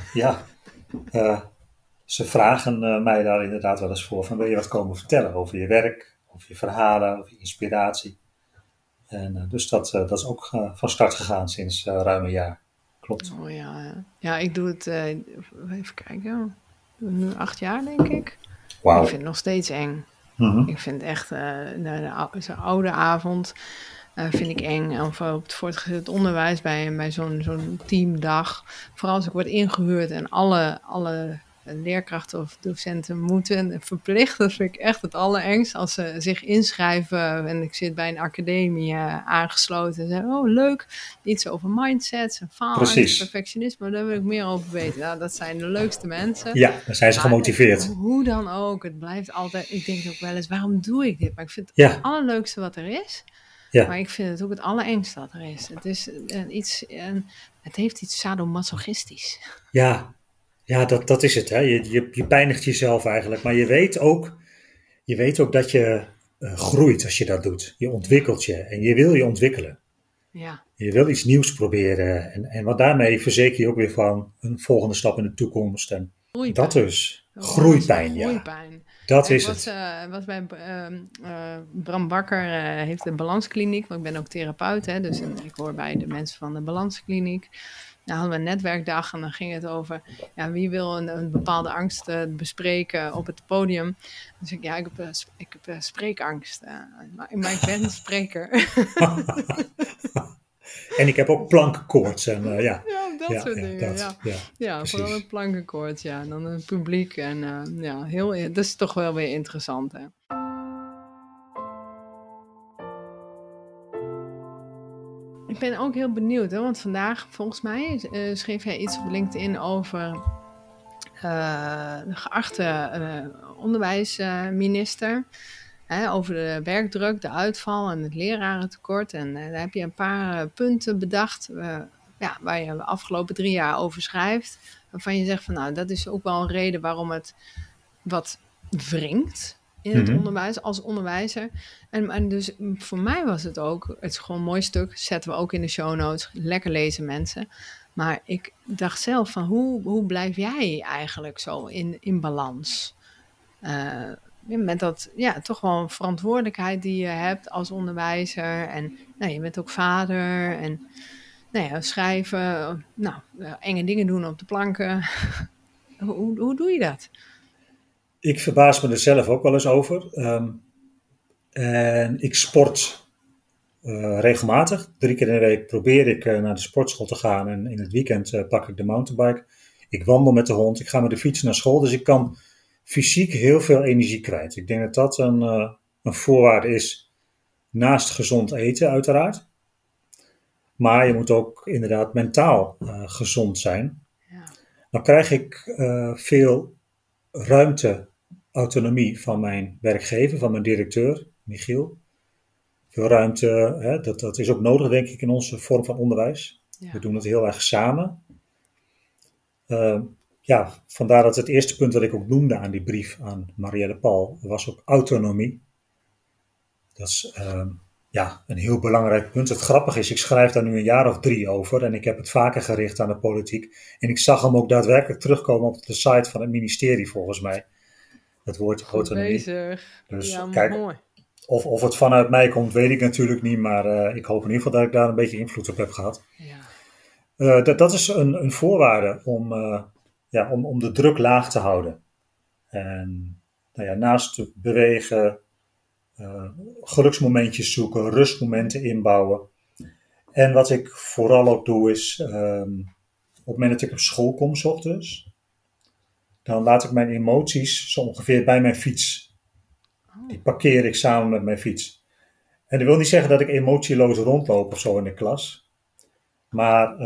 Speaker 2: Ze vragen mij daar inderdaad wel eens voor van, wil je wat komen vertellen over je werk, over je verhalen, over je inspiratie? En dus dat is ook van start gegaan sinds ruim een jaar. Klopt.
Speaker 1: Oh ja. Ja, ik doe het, even kijken, ik doe het nu 8 jaar denk ik.
Speaker 2: Wauw.
Speaker 1: Ik vind het nog steeds eng.
Speaker 2: Mm-hmm.
Speaker 1: Ik vind echt, zo'n oude avond vind ik eng. Of op het voortgezet onderwijs bij zo'n teamdag. Vooral als ik word ingehuurd en alle leerkrachten of docenten moeten verplicht. Dat vind ik echt het allerengst. Als ze zich inschrijven en ik zit bij een academie aangesloten. En zeggen, oh leuk, iets over mindsets en faalangst, perfectionisme. Daar wil ik meer over weten. Nou, dat zijn de leukste mensen.
Speaker 2: Ja, dan zijn ze gemotiveerd.
Speaker 1: Hoe dan ook, het blijft altijd, ik denk ook wel eens, waarom doe ik dit? Maar ik vind het het allerleukste wat er is. Ja. Maar ik vind het ook het allerengste wat er is. Het is het heeft iets sadomasochistisch.
Speaker 2: Ja, dat is het. Hè. Je pijnigt jezelf eigenlijk. Maar je weet ook dat je groeit als je dat doet. Je ontwikkelt je en je wil je ontwikkelen.
Speaker 1: Ja. Je
Speaker 2: wil iets nieuws proberen. En wat daarmee verzeker je ook weer van een volgende stap in de toekomst. En dat dus. Groeipijn, ja.
Speaker 1: Groeipijn.
Speaker 2: Dat is het.
Speaker 1: Ik was bij Bram Bakker, heeft de balanskliniek. Want ik ben ook therapeut, hè, dus ik hoor bij de mensen van de balanskliniek. Nou hadden we een netwerkdag en dan ging het over, wie wil een bepaalde angst bespreken op het podium. Dus ik heb spreekangst, maar ik ben een spreker.
Speaker 2: En ik heb ook plankenkoorts. En,
Speaker 1: dat soort dingen. Vooral een plankenkoorts, en dan een publiek. En dat is toch wel weer interessant, hè. Ik ben ook heel benieuwd, hè, want vandaag, volgens mij, schreef jij iets op LinkedIn over de geachte onderwijsminister. Over de werkdruk, de uitval en het lerarentekort. En daar heb je een paar punten bedacht waar je de afgelopen 3 jaar over schrijft. Waarvan je zegt van dat is ook wel een reden waarom het wat wringt. in het onderwijs, als onderwijzer. En dus voor mij was het ook, het is gewoon een mooi stuk, zetten we ook in de show notes, lekker lezen mensen. Maar ik dacht zelf van, hoe blijf jij eigenlijk zo in balans? Met dat, toch wel een verantwoordelijkheid die je hebt als onderwijzer. En je bent ook vader en schrijven, enge dingen doen op de planken. Hoe doe je dat?
Speaker 2: Ik verbaas me er zelf ook wel eens over. En ik sport regelmatig. 3 keer in de week probeer ik naar de sportschool te gaan. En in het weekend pak ik de mountainbike. Ik wandel met de hond. Ik ga met de fiets naar school. Dus ik kan fysiek heel veel energie kwijt. Ik denk dat dat een voorwaarde is. Naast gezond eten uiteraard. Maar je moet ook inderdaad mentaal gezond zijn. Ja. Dan krijg ik veel ruimte, autonomie van mijn werkgever, van mijn directeur, Michiel. Veel ruimte, dat is ook nodig denk ik in onze vorm van onderwijs. Ja. We doen het heel erg samen. Vandaar dat het eerste punt dat ik ook noemde aan die brief aan Marielle Paul, was ook autonomie. Dat is een heel belangrijk punt. Het grappige is, ik schrijf daar nu een jaar of 3 over en ik heb het vaker gericht aan de politiek. En ik zag hem ook daadwerkelijk terugkomen op de site van het ministerie volgens mij. Het woord autonomie.
Speaker 1: Bezig.
Speaker 2: Dus
Speaker 1: ja,
Speaker 2: kijk,
Speaker 1: mooi.
Speaker 2: Of het vanuit mij komt, weet ik natuurlijk niet. Maar ik hoop in ieder geval dat ik daar een beetje invloed op heb gehad. Ja. Dat is een voorwaarde om de druk laag te houden. En naast het bewegen, geluksmomentjes zoeken, rustmomenten inbouwen. En wat ik vooral ook doe is, op het moment dat ik op school kom 's ochtends, dan laat ik mijn emoties zo ongeveer bij mijn fiets. Die parkeer ik samen met mijn fiets. En dat wil niet zeggen dat ik emotieloos rondloop of zo in de klas. Maar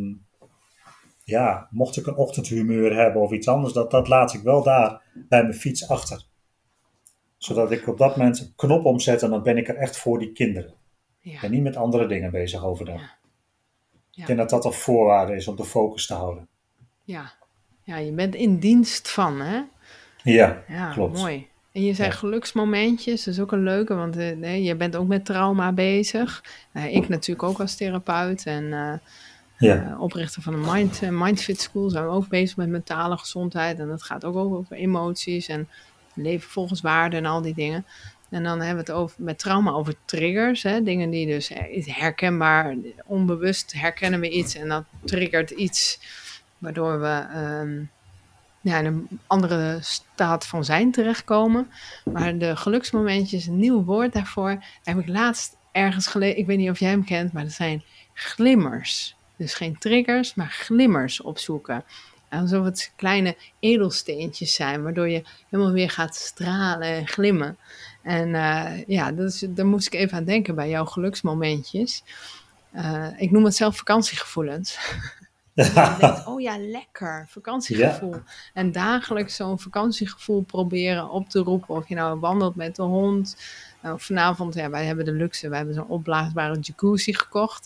Speaker 2: mocht ik een ochtendhumeur hebben of iets anders, dat laat ik wel daar bij mijn fiets achter. Zodat ik op dat moment een knop omzet en dan ben ik er echt voor die kinderen. Ja. Ik ben niet met andere dingen bezig overdag. Ja. Ja. Ik denk dat dat een voorwaarde is om de focus te houden.
Speaker 1: Ja, je bent in dienst van, hè?
Speaker 2: Ja, klopt.
Speaker 1: Mooi. En je zei geluksmomentjes, dat is ook een leuke, want je bent ook met trauma bezig. Ik natuurlijk ook als therapeut en oprichter van de Mindfit School zijn we ook bezig met mentale gezondheid. En dat gaat ook over emoties en leven volgens waarden en al die dingen. En dan hebben we het met trauma over triggers. Hè? Dingen die dus herkenbaar, onbewust herkennen we iets. En dat triggert iets waardoor we in een andere staat van zijn terechtkomen. Maar de geluksmomentjes, een nieuw woord daarvoor, heb ik laatst ergens gelezen. Ik weet niet of jij hem kent, maar dat zijn glimmers. Dus geen triggers, maar glimmers opzoeken. Alsof het kleine edelsteentjes zijn, waardoor je helemaal weer gaat stralen en glimmen. En daar moest ik even aan denken bij jouw geluksmomentjes. Ik noem het zelf vakantiegevoelens. En je denkt, lekker, vakantiegevoel. Ja. En dagelijks zo'n vakantiegevoel proberen op te roepen. Of je nou wandelt met de hond. Vanavond, wij hebben de luxe, wij hebben zo'n opblaasbare jacuzzi gekocht.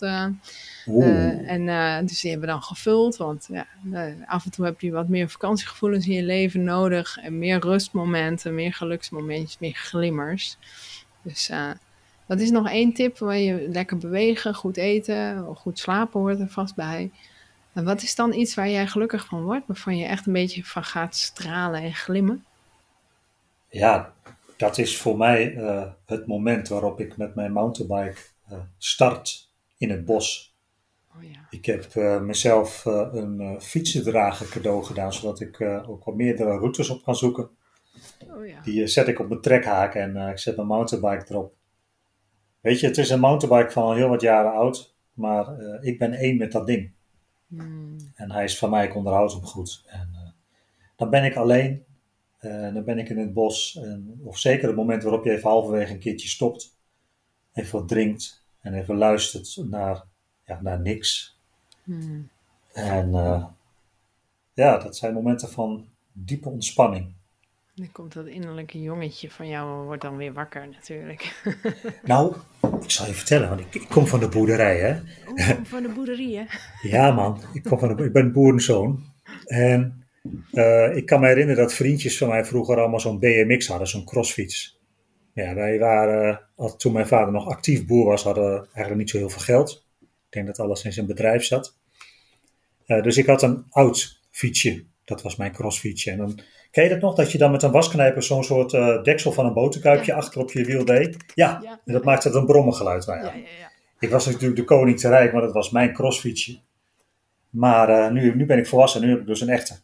Speaker 1: Dus die hebben we dan gevuld. Want af en toe heb je wat meer vakantiegevoelens in je leven nodig. En meer rustmomenten, meer geluksmomentjes, meer glimmers. Dus dat is nog 1 tip waar je lekker bewegen, goed eten, goed slapen hoort er vast bij. En wat is dan iets waar jij gelukkig van wordt, waarvan je echt een beetje van gaat stralen en glimmen?
Speaker 2: Ja, dat is voor mij het moment waarop ik met mijn mountainbike start in het bos. Oh ja. Ik heb mezelf een fietsendrager cadeau gedaan, zodat ik ook wat meerdere routes op kan zoeken. Oh ja. Die zet ik op mijn trekhaak en ik zet mijn mountainbike erop. Weet je, het is een mountainbike van al heel wat jaren oud, maar ik ben 1 met dat ding. En hij is van mij, ik onderhoud hem goed. En dan ben ik alleen, dan ben ik in het bos. Of zeker het moment waarop je even halverwege een keertje stopt. Even wat drinkt en even luistert naar niks. En dat zijn momenten van diepe ontspanning.
Speaker 1: Dan komt dat innerlijke jongetje van jou, wordt dan weer wakker natuurlijk.
Speaker 2: Nou, ik zal je vertellen, want ik kom van de boerderij, hè.
Speaker 1: Van de boerderie, hè?
Speaker 2: Ja man, ik ben boerenzoon. En Ik kan me herinneren dat vriendjes van mij vroeger allemaal zo'n BMX hadden, zo'n crossfiets. Ja, wij waren, toen mijn vader nog actief boer was, hadden we eigenlijk niet zo heel veel geld. Ik denk dat alles in zijn bedrijf zat. Dus ik had een oud fietsje. Dat was mijn crossfietsje. En dan, ken je dat nog? Dat je dan met een wasknijper zo'n soort deksel van een boterkuipje achter op je wiel deed? Ja, en dat maakte een brommengeluid. Nou ja. Ik was natuurlijk de koning te rijk, maar dat was mijn crossfietsje. Maar nu ben ik volwassen en nu heb ik dus een echte.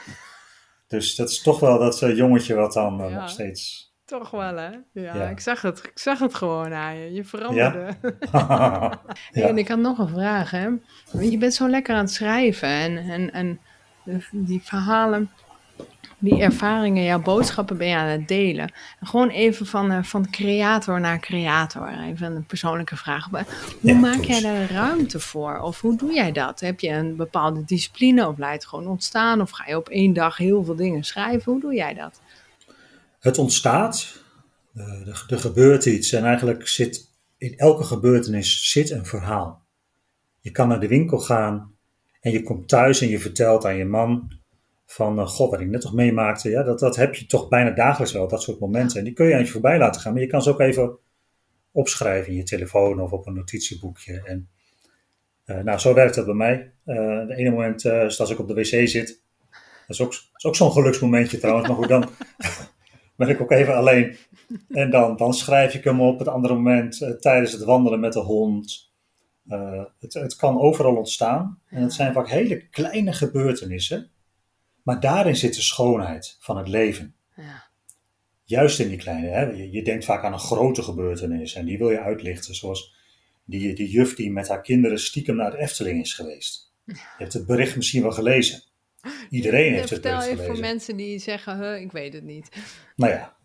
Speaker 2: Dus dat is toch wel dat jongetje wat dan nog steeds...
Speaker 1: Toch wel, hè? Ja. Ik zag het gewoon aan je. Je veranderde.
Speaker 2: Ja?
Speaker 1: En ik had nog een vraag, hè? Want je bent zo lekker aan het schrijven en die verhalen, die ervaringen, jouw boodschappen ben je aan het delen. En gewoon even van creator naar creator. Even een persoonlijke vraag. Hoe maak jij daar ruimte voor? Of hoe doe jij dat? Heb je een bepaalde discipline of laat je het gewoon ontstaan? Of ga je op 1 dag heel veel dingen schrijven? Hoe doe jij dat?
Speaker 2: Het ontstaat, er gebeurt iets en eigenlijk zit in elke gebeurtenis zit een verhaal. Je kan naar de winkel gaan en je komt thuis en je vertelt aan je man van, god, wat ik net toch meemaakte, ja, dat heb je toch bijna dagelijks wel, dat soort momenten. En die kun je aan je voorbij laten gaan, maar je kan ze ook even opschrijven in je telefoon of op een notitieboekje. En nou, zo werkt dat bij mij. De ene moment is als ik op de wc zit. Dat is ook zo'n geluksmomentje trouwens, maar goed, dan ben ik ook even alleen. En dan schrijf ik hem op. Het andere moment tijdens het wandelen met de hond. Het kan overal ontstaan. En het zijn vaak hele kleine gebeurtenissen. Maar daarin zit de schoonheid van het leven.
Speaker 1: Ja.
Speaker 2: Juist in die kleine. Hè? Je denkt vaak aan een grote gebeurtenis. En die wil je uitlichten. Zoals die juf die met haar kinderen stiekem naar de Efteling is geweest. Je hebt het bericht misschien wel gelezen. Iedereen heeft het bericht gelezen.
Speaker 1: Vertel even voor mensen die zeggen, ik weet het niet.
Speaker 2: Nou ja,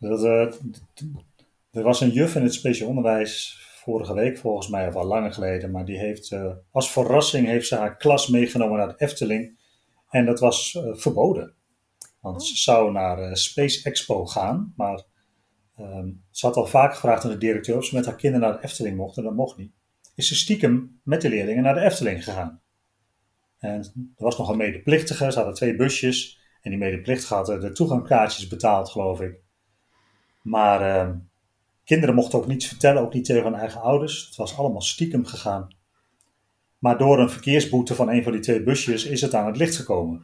Speaker 2: er was een juf in het speciaal onderwijs vorige week, volgens mij, of al langer geleden. Maar die heeft als verrassing heeft ze haar klas meegenomen naar de Efteling. En dat was verboden. Want ze zou naar Space Expo gaan. Maar ze had al vaak gevraagd aan de directeur of ze met haar kinderen naar de Efteling mocht. En dat mocht niet. Is ze stiekem met de leerlingen naar de Efteling gegaan. En er was nog een medeplichtige, ze hadden 2 busjes. En die medeplichtige hadden de toegangkaartjes betaald, geloof ik. Maar kinderen mochten ook niets vertellen, ook niet tegen hun eigen ouders. Het was allemaal stiekem gegaan. Maar door een verkeersboete van een van die 2 busjes is het aan het licht gekomen.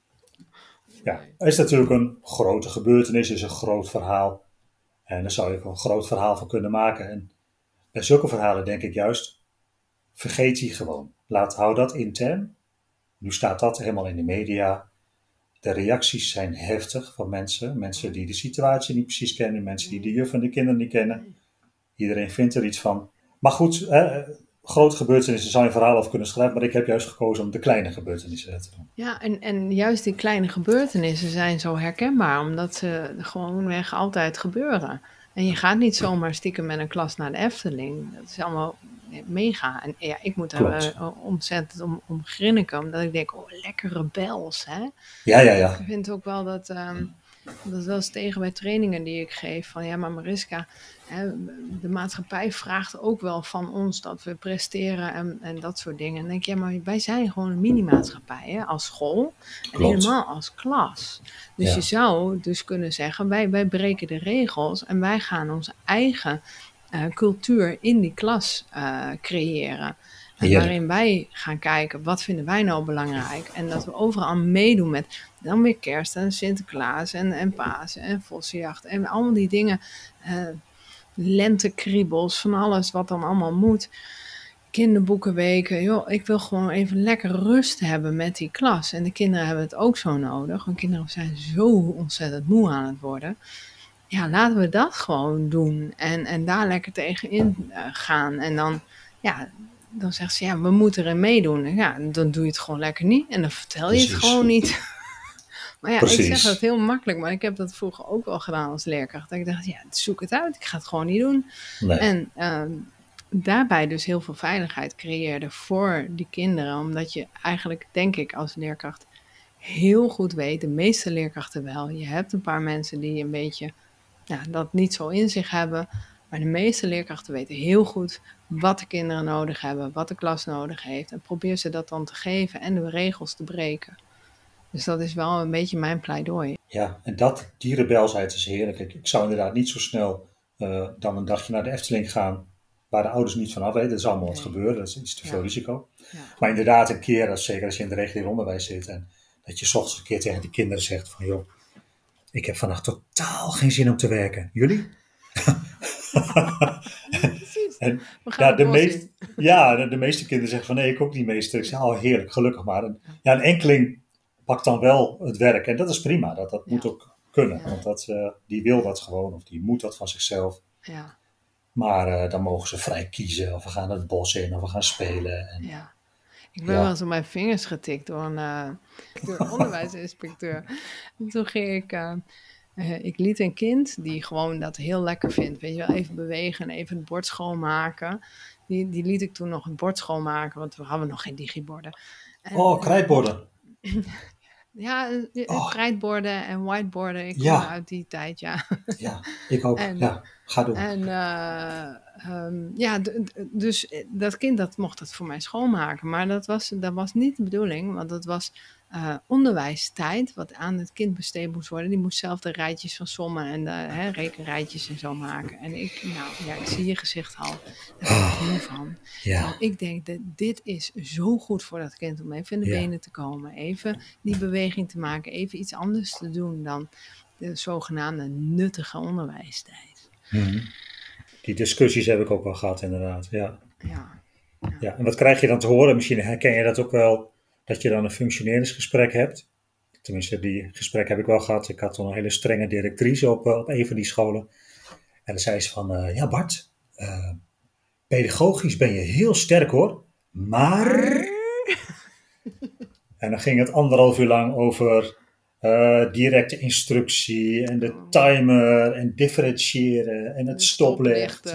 Speaker 2: Ja, het is natuurlijk een grote gebeurtenis, is een groot verhaal. En daar zou je ook een groot verhaal van kunnen maken. En bij zulke verhalen denk ik juist, vergeet die gewoon. Hou dat intern. Nu staat dat helemaal in de media. De reacties zijn heftig van mensen. Mensen die de situatie niet precies kennen. Mensen die de juf en de kinderen niet kennen. Iedereen vindt er iets van. Maar goed, grote gebeurtenissen zou je een verhaal over kunnen schrijven. Maar ik heb juist gekozen om de kleine gebeurtenissen te doen.
Speaker 1: Ja, en juist die kleine gebeurtenissen zijn zo herkenbaar. Omdat ze gewoonweg altijd gebeuren. En je gaat niet zomaar stiekem met een klas naar de Efteling. Dat is allemaal mega. En ja, ik moet er ontzettend om grinniken. Omdat ik denk, lekker rebels, hè?
Speaker 2: Ja.
Speaker 1: Ik vind ook wel dat wel eens tegen bij trainingen die ik geef. Van ja, maar Mariska, de maatschappij vraagt ook wel van ons dat we presteren en dat soort dingen. En dan denk ik, ja, maar wij zijn gewoon een mini-maatschappij, hè, als school. En helemaal als klas. Dus je zou dus kunnen zeggen, wij breken de regels en wij gaan onze eigen cultuur in die klas creëren. En waarin wij gaan kijken, wat vinden wij nou belangrijk? En dat we overal meedoen met dan weer kerst en Sinterklaas en Pasen en Vossenjacht. En allemaal die dingen, lentekriebels, van alles wat dan allemaal moet. Kinderboekenweken, joh, ik wil gewoon even lekker rust hebben met die klas. En de kinderen hebben het ook zo nodig, want kinderen zijn zo ontzettend moe aan het worden. Ja, laten we dat gewoon doen en daar lekker tegenin gaan. En dan zegt ze, ja, we moeten erin meedoen. Ja, dan doe je het gewoon lekker niet. En dan vertel je het gewoon niet. Maar ja, ik zeg dat heel makkelijk. Maar ik heb dat vroeger ook wel gedaan als leerkracht. Dat ik dacht, ja, zoek het uit. Ik ga het gewoon niet doen. Nee. En daarbij dus heel veel veiligheid creëerde voor die kinderen. Omdat je eigenlijk, denk ik, als leerkracht heel goed weet. De meeste leerkrachten wel. Je hebt een paar mensen die een beetje dat niet zo in zich hebben. Maar de meeste leerkrachten weten heel goed wat de kinderen nodig hebben, wat de klas nodig heeft. En probeer ze dat dan te geven en de regels te breken. Dus dat is wel een beetje mijn pleidooi.
Speaker 2: Ja, en die rebelsheid is heerlijk. Ik zou inderdaad niet zo snel dan een dagje naar de Efteling gaan, waar de ouders niet van af weten. Dat is allemaal wat gebeuren, dat is iets te veel risico.
Speaker 1: Ja.
Speaker 2: Maar inderdaad een keer, zeker als je in de reguliere onderwijs zit, en dat je 's ochtends een keer tegen die kinderen zegt van, joh, ik heb vandaag totaal geen zin om te werken. Jullie?
Speaker 1: Precies.
Speaker 2: En
Speaker 1: We gaan
Speaker 2: de meeste kinderen zeggen van, nee, ik ook niet, meester. Ik zeg, oh heerlijk, gelukkig maar. En, een enkeling pakt dan wel het werk. En dat is prima, dat moet ook kunnen. Ja. Want die wil dat gewoon, of die moet dat van zichzelf.
Speaker 1: Ja.
Speaker 2: Maar dan mogen ze vrij kiezen, of we gaan het bos in, of we gaan spelen. En,
Speaker 1: ik ben wel eens op mijn vingers getikt door een onderwijsinspecteur. En toen ging ik liet een kind die gewoon dat heel lekker vindt, weet je wel, even bewegen en even het bord schoonmaken. Die liet ik toen nog het bord schoonmaken, want we hadden nog geen digiborden.
Speaker 2: Krijtborden.
Speaker 1: Ja, krijtborden en whiteborden. Ik kom uit die tijd, Ja,
Speaker 2: ik ook. Ga doen.
Speaker 1: En dus dat kind dat mocht het voor mij schoonmaken. Maar dat was niet de bedoeling, want dat was onderwijstijd wat aan het kind besteed moest worden. Die moest zelf de rijtjes van sommen en de rekenrijtjes en zo maken. En ik zie je gezicht al, daar ben ik moe van.
Speaker 2: Ja.
Speaker 1: Nou, ik denk dat dit is zo goed voor dat kind om even in de benen te komen. Even die beweging te maken, even iets anders te doen dan de zogenaamde nuttige onderwijstijd.
Speaker 2: Mm-hmm. Die discussies heb ik ook wel gehad, inderdaad. Ja. En wat krijg je dan te horen? Misschien herken je dat ook wel, dat je dan een functioneringsgesprek hebt. Tenminste, die gesprek heb ik wel gehad. Ik had toen een hele strenge directrice op een van die scholen. En dan zei ze van, Bart, pedagogisch ben je heel sterk hoor, maar... En dan ging het 1,5 uur lang over directe instructie en de timer en differentiëren en het stoplicht.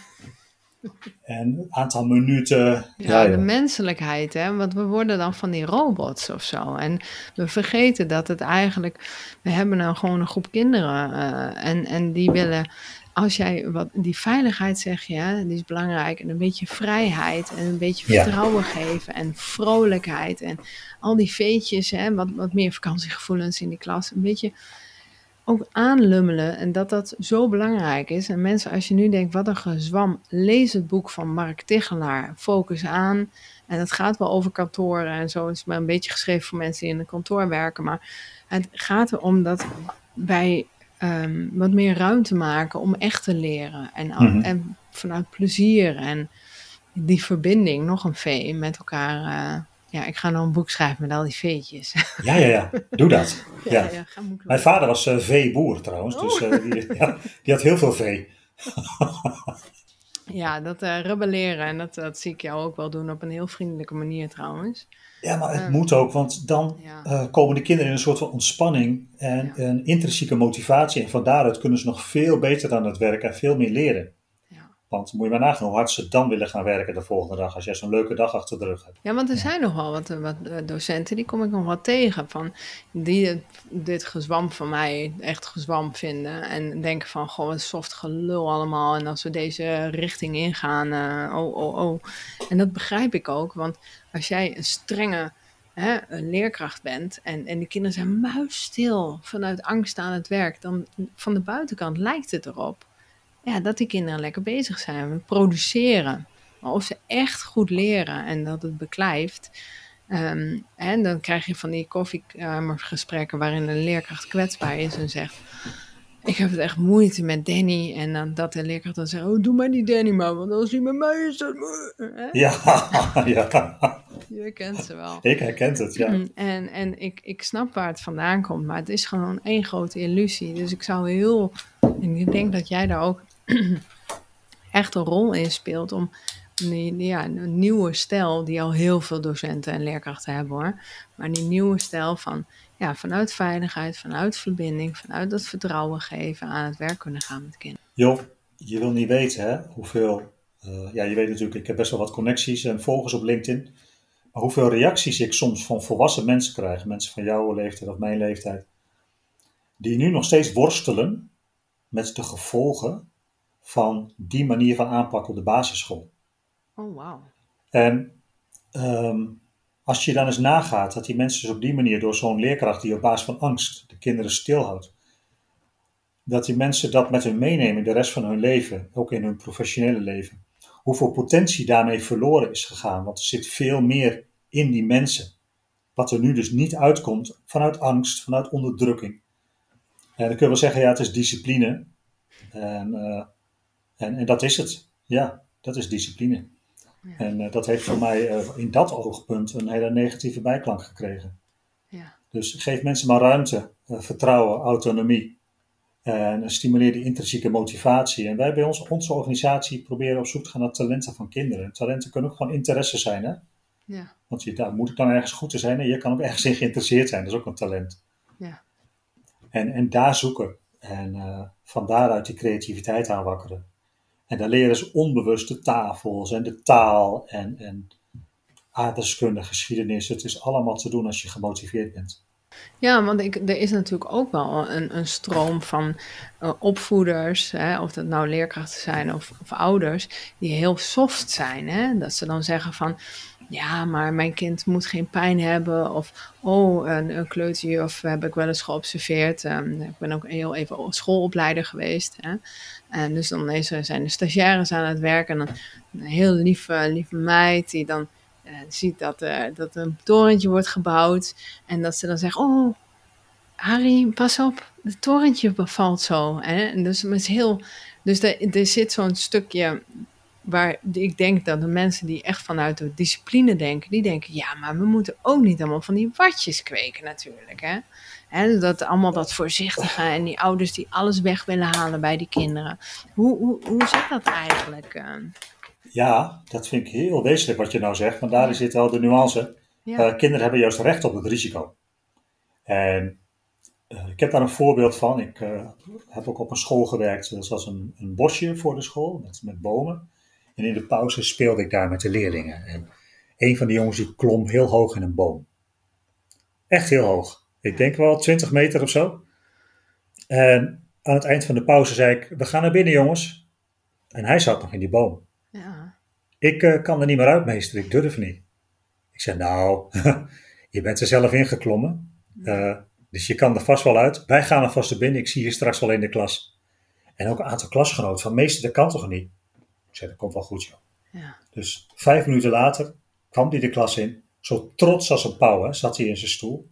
Speaker 2: En het aantal minuten.
Speaker 1: De menselijkheid, hè? Want we worden dan van die robots of zo. En we vergeten dat het eigenlijk... We hebben nou gewoon een groep kinderen en die willen... Als jij die veiligheid zeg je, die is belangrijk. En een beetje vrijheid en een beetje vertrouwen geven en vrolijkheid. En al die veetjes, hè, wat meer vakantiegevoelens in die klas. Een beetje ook aanlummelen en dat zo belangrijk is. En mensen, als je nu denkt, wat een gezwam, lees het boek van Mark Tichelaar, Focus aan. En het gaat wel over kantoren en zo. Het is maar een beetje geschreven voor mensen die in een kantoor werken. Maar het gaat erom dat wij wat meer ruimte maken om echt te leren. En vanuit plezier en die verbinding, nog een V, met elkaar... ik ga nou een boek schrijven met al die veetjes.
Speaker 2: Ja. Doe dat. Mijn vader was veeboer trouwens, dus die had heel veel vee.
Speaker 1: Ja, dat rebelleren, en dat zie ik jou ook wel doen op een heel vriendelijke manier trouwens.
Speaker 2: Ja, maar het moet ook, want dan komen de kinderen in een soort van ontspanning en een intrinsieke motivatie. En van daaruit kunnen ze nog veel beter aan het werk en veel meer leren. Want moet je maar nagaan hoe hard ze dan willen gaan werken de volgende dag, als jij zo'n leuke dag achter de rug hebt.
Speaker 1: Ja, want er zijn nog wel wat docenten, die kom ik nog wat tegen, van die dit gezwam van mij echt gezwam vinden. En denken van, goh, wat soft gelul allemaal. En als we deze richting ingaan, En dat begrijp ik ook, want als jij een strenge een leerkracht bent en de kinderen zijn muisstil vanuit angst aan het werk, dan van de buitenkant lijkt het erop dat die kinderen lekker bezig zijn met produceren. Maar of ze echt goed leren en dat het beklijft. En dan krijg je van die koffiekamergesprekken waarin de leerkracht kwetsbaar is en zegt, ik heb het echt moeite met Danny. En dan dat de leerkracht dan zegt, doe maar die Danny maar, want als hij met mij is, dan...
Speaker 2: Ja.
Speaker 1: Je kent ze wel.
Speaker 2: Ik herken het, ja.
Speaker 1: En ik snap waar het vandaan komt, maar het is gewoon één grote illusie. Dus ik en ik denk dat jij daar ook echt een rol in speelt om een nieuwe stijl, die al heel veel docenten en leerkrachten hebben hoor, maar die nieuwe stijl van vanuit veiligheid, vanuit verbinding, vanuit dat vertrouwen geven aan het werk kunnen gaan met kinderen.
Speaker 2: Jo, je wil niet weten hè, hoeveel, je weet natuurlijk, ik heb best wel wat connecties en volgers op LinkedIn, maar hoeveel reacties ik soms van volwassen mensen krijg, mensen van jouw leeftijd of mijn leeftijd, die nu nog steeds worstelen met de gevolgen van die manier van aanpak op de basisschool.
Speaker 1: Oh, wauw.
Speaker 2: En Als je dan eens nagaat dat die mensen dus op die manier door zo'n leerkracht die op basis van angst de kinderen stilhoudt, dat die mensen dat met hun meenemen in de rest van hun leven, ook in hun professionele leven, hoeveel potentie daarmee verloren is gegaan. Want er zit veel meer in die mensen, wat er nu dus niet uitkomt vanuit angst, vanuit onderdrukking. En dan kun je wel zeggen, ja, het is discipline. En dat is het. Ja, dat is discipline. Ja. En dat heeft voor mij in dat oogpunt een hele negatieve bijklank gekregen. Ja. Dus geef mensen maar ruimte, vertrouwen, autonomie. En stimuleer die intrinsieke motivatie. En wij bij onze organisatie proberen op zoek te gaan naar talenten van kinderen. En talenten kunnen ook gewoon interesse zijn. Hè? Ja. Want daar moet ik dan ergens goed in zijn. En je kan ook ergens in geïnteresseerd zijn. Dat is ook een talent. Ja. En daar zoeken. En van daaruit die creativiteit aanwakkeren. En daar leren ze onbewust de tafels en de taal en aardrijkskunde, geschiedenis. Het is allemaal te doen als je gemotiveerd bent.
Speaker 1: Ja, want er is natuurlijk ook wel een stroom van opvoeders, hè, of dat nou leerkrachten zijn of ouders, die heel soft zijn. Hè? Dat ze dan zeggen van, ja, maar mijn kind moet geen pijn hebben. Of, een kleuterjuf heb ik wel eens geobserveerd. Ik ben ook heel even schoolopleider geweest. Hè? En dus dan zijn de stagiaires aan het werk en dan een heel lieve meid die dan ziet dat een torentje wordt gebouwd. En dat ze dan zegt, oh, Harry, pas op, het torentje valt zo. Hè? En dus het is dus er zit zo'n stukje waar ik denk dat de mensen die echt vanuit de discipline denken, die denken, ja, maar we moeten ook niet allemaal van die watjes kweken natuurlijk. Hè? En dat allemaal dat voorzichtige en die ouders die alles weg willen halen bij die kinderen. Hoe zit dat eigenlijk?
Speaker 2: Ja, dat vind ik heel wezenlijk wat je nou zegt, want daar zit wel de nuance. Ja. Kinderen hebben juist recht op het risico. En ik heb daar een voorbeeld van. Ik heb ook op een school gewerkt, zoals een bosje voor de school, met bomen. En in de pauze speelde ik daar met de leerlingen. En een van die jongens die klom heel hoog in een boom. Echt heel hoog. Ik denk wel 20 meter of zo. En aan het eind van de pauze zei ik, we gaan naar binnen jongens. En hij zat nog in die boom. Ja. Ik kan er niet meer uit, meester. Ik durf niet. Ik zei, nou, je bent er zelf ingeklommen. Dus je kan er vast wel uit. Wij gaan er vast naar binnen. Ik zie je straks wel in de klas. En ook een aantal klasgenoten van, meester, dat kan toch niet? Ik zei, dat komt wel goed, joh. Ja. Dus 5 minuten later kwam hij de klas in. Zo trots als een pauw, hè, zat hij in zijn stoel.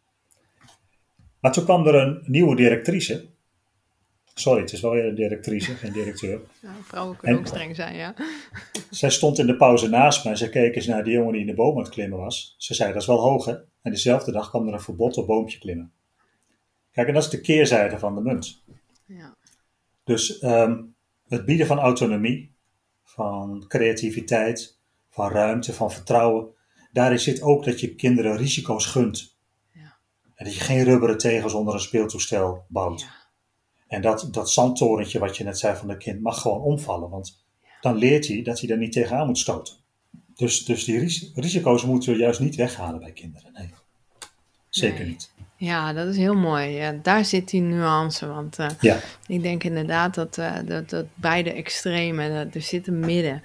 Speaker 2: Maar toen kwam er een nieuwe directrice. Sorry, het is wel weer een directrice, geen directeur.
Speaker 1: Ja, vrouwen kunnen ook streng zijn, ja.
Speaker 2: Zij stond in de pauze naast mij en ze keek eens naar die jongen die in de boom aan het klimmen was. Ze zei, dat is wel hoog, hè? En dezelfde dag kwam er een verbod op boompje klimmen. Kijk, en dat is de keerzijde van de munt. Ja. Dus het bieden van autonomie, van creativiteit, van ruimte, van vertrouwen. Daarin zit ook dat je kinderen risico's gunt. Ja. En dat je geen rubberen tegels onder een speeltoestel bouwt. Ja. En dat zandtorentje wat je net zei van de kind mag gewoon omvallen. Want dan leert hij dat hij er niet tegenaan moet stoten. Dus die risico's moeten we juist niet weghalen bij kinderen. Nee, zeker niet.
Speaker 1: Ja, dat is heel mooi. Ja, daar zit die nuance. Want ik denk inderdaad dat beide extremen, er zit een midden.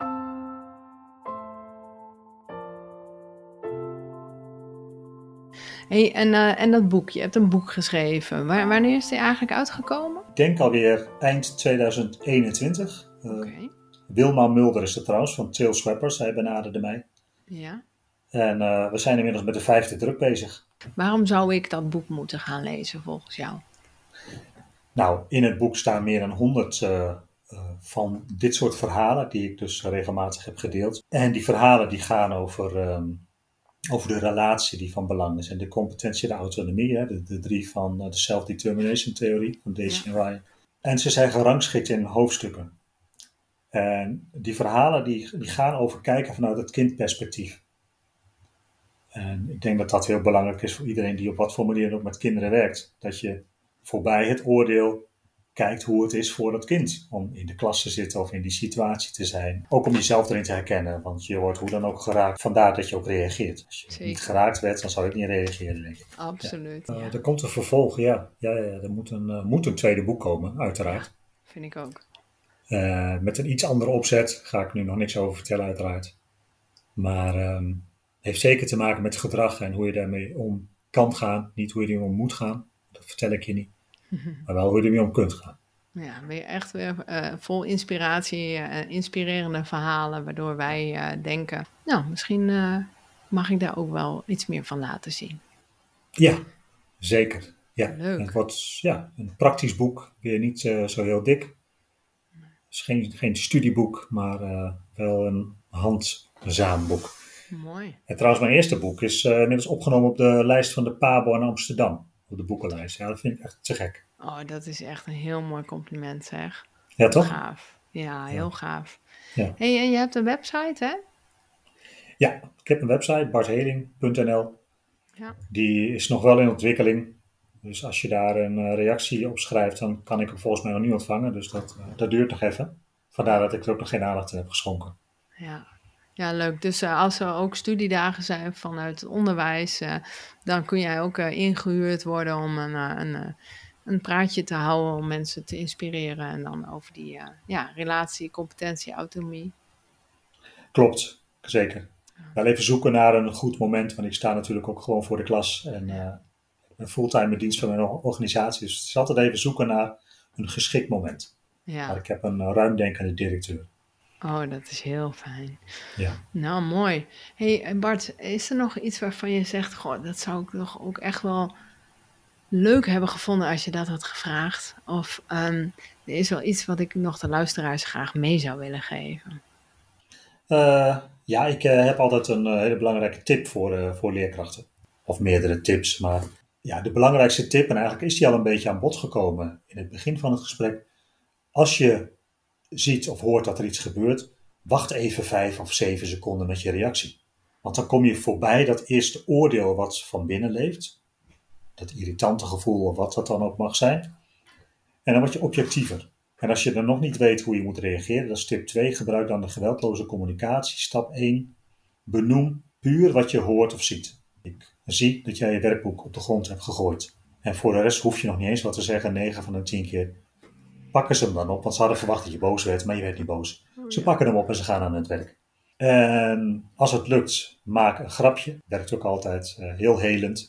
Speaker 1: Hey, en dat boek, je hebt een boek geschreven. Wanneer is die eigenlijk uitgekomen?
Speaker 2: Ik denk alweer eind 2021. Okay. Wilma Mulder is er trouwens, van Tail Swappers. Hij benaderde mij. Ja. En we zijn inmiddels met de 5e druk bezig.
Speaker 1: Waarom zou ik dat boek moeten gaan lezen volgens jou?
Speaker 2: Nou, in het boek staan meer dan 100 van dit soort verhalen, die ik dus regelmatig heb gedeeld. En die verhalen die gaan over de relatie die van belang is. En de competentie en de autonomie, hè, de 3 van de self-determination theorie van Daisy en Ryan. En ze zijn gerangschikt in hoofdstukken. En die verhalen die gaan over kijken vanuit het kindperspectief. En ik denk dat dat heel belangrijk is voor iedereen die op wat voor manier ook met kinderen werkt. Dat je voorbij het oordeel kijkt hoe het is voor dat kind om in de klas te zitten of in die situatie te zijn. Ook om jezelf erin te herkennen, want je wordt hoe dan ook geraakt. Vandaar dat je ook reageert. Als je niet geraakt werd, dan zou ik niet reageren, denk ik.
Speaker 1: Absoluut.
Speaker 2: Ja. Er komt een vervolg, ja. Er moet een tweede boek komen, uiteraard. Ja,
Speaker 1: vind ik ook.
Speaker 2: Met een iets andere opzet, ga ik nu nog niks over vertellen, uiteraard. Maar Heeft zeker te maken met gedrag en hoe je daarmee om kan gaan. Niet hoe je ermee om moet gaan, dat vertel ik je niet. Maar wel hoe je ermee om kunt gaan.
Speaker 1: Ja, weer echt weer vol inspiratie, inspirerende verhalen, waardoor wij denken, nou, misschien mag ik daar ook wel iets meer van laten zien.
Speaker 2: Ja, zeker. Ja.
Speaker 1: Leuk.
Speaker 2: Het wordt een praktisch boek, weer niet zo heel dik. Het is geen studieboek, maar wel een handzaamboek.
Speaker 1: Mooi.
Speaker 2: En trouwens, mijn eerste boek is inmiddels opgenomen op de lijst van de PABO in Amsterdam. Op de boekenlijst. Ja, dat vind ik echt te gek.
Speaker 1: Oh, dat is echt een heel mooi compliment, zeg.
Speaker 2: Ja, toch?
Speaker 1: Gaaf. Ja, heel gaaf.
Speaker 2: Ja.
Speaker 1: Hey, en je hebt een website, hè?
Speaker 2: Ja, ik heb een website, bartheling.nl.
Speaker 1: Ja.
Speaker 2: Die is nog wel in ontwikkeling. Dus als je daar een reactie op schrijft, dan kan ik hem volgens mij nog niet ontvangen. Dus dat duurt nog even. Vandaar dat ik er ook nog geen aandacht aan heb geschonken.
Speaker 1: Ja, leuk. Dus als er ook studiedagen zijn vanuit het onderwijs, dan kun jij ook ingehuurd worden om een praatje te houden, om mensen te inspireren. En dan over die relatie, competentie, autonomie.
Speaker 2: Klopt, zeker. Wel even zoeken naar een goed moment, want ik sta natuurlijk ook gewoon voor de klas en een fulltime dienst van mijn organisatie. Dus het is altijd even zoeken naar een geschikt moment.
Speaker 1: Ja.
Speaker 2: Maar ik heb een ruimdenkende directeur.
Speaker 1: Oh, dat is heel fijn.
Speaker 2: Ja.
Speaker 1: Nou, mooi. Hey Bart, is er nog iets waarvan je zegt, goh, dat zou ik toch ook echt wel leuk hebben gevonden als je dat had gevraagd? Of er is wel iets wat ik nog de luisteraars graag mee zou willen geven?
Speaker 2: Ik heb altijd een hele belangrijke tip voor leerkrachten. Of meerdere tips, maar ja, de belangrijkste tip, en eigenlijk is die al een beetje aan bod gekomen in het begin van het gesprek. Als je ziet of hoort dat er iets gebeurt, wacht even 5 of 7 seconden met je reactie. Want dan kom je voorbij dat eerste oordeel wat van binnen leeft. Dat irritante gevoel of wat dat dan ook mag zijn. En dan word je objectiever. En als je dan nog niet weet hoe je moet reageren, dat is tip 2, gebruik dan de geweldloze communicatie. Stap 1, benoem puur wat je hoort of ziet. Ik zie dat jij je werkboek op de grond hebt gegooid. En voor de rest hoef je nog niet eens wat te zeggen, 9 van de 10 keer. Pakken ze hem dan op, want ze hadden verwacht dat je boos werd, maar je werd niet boos. Ze pakken hem op en ze gaan aan het werk. En als het lukt, maak een grapje. Werkt ook altijd heel helend.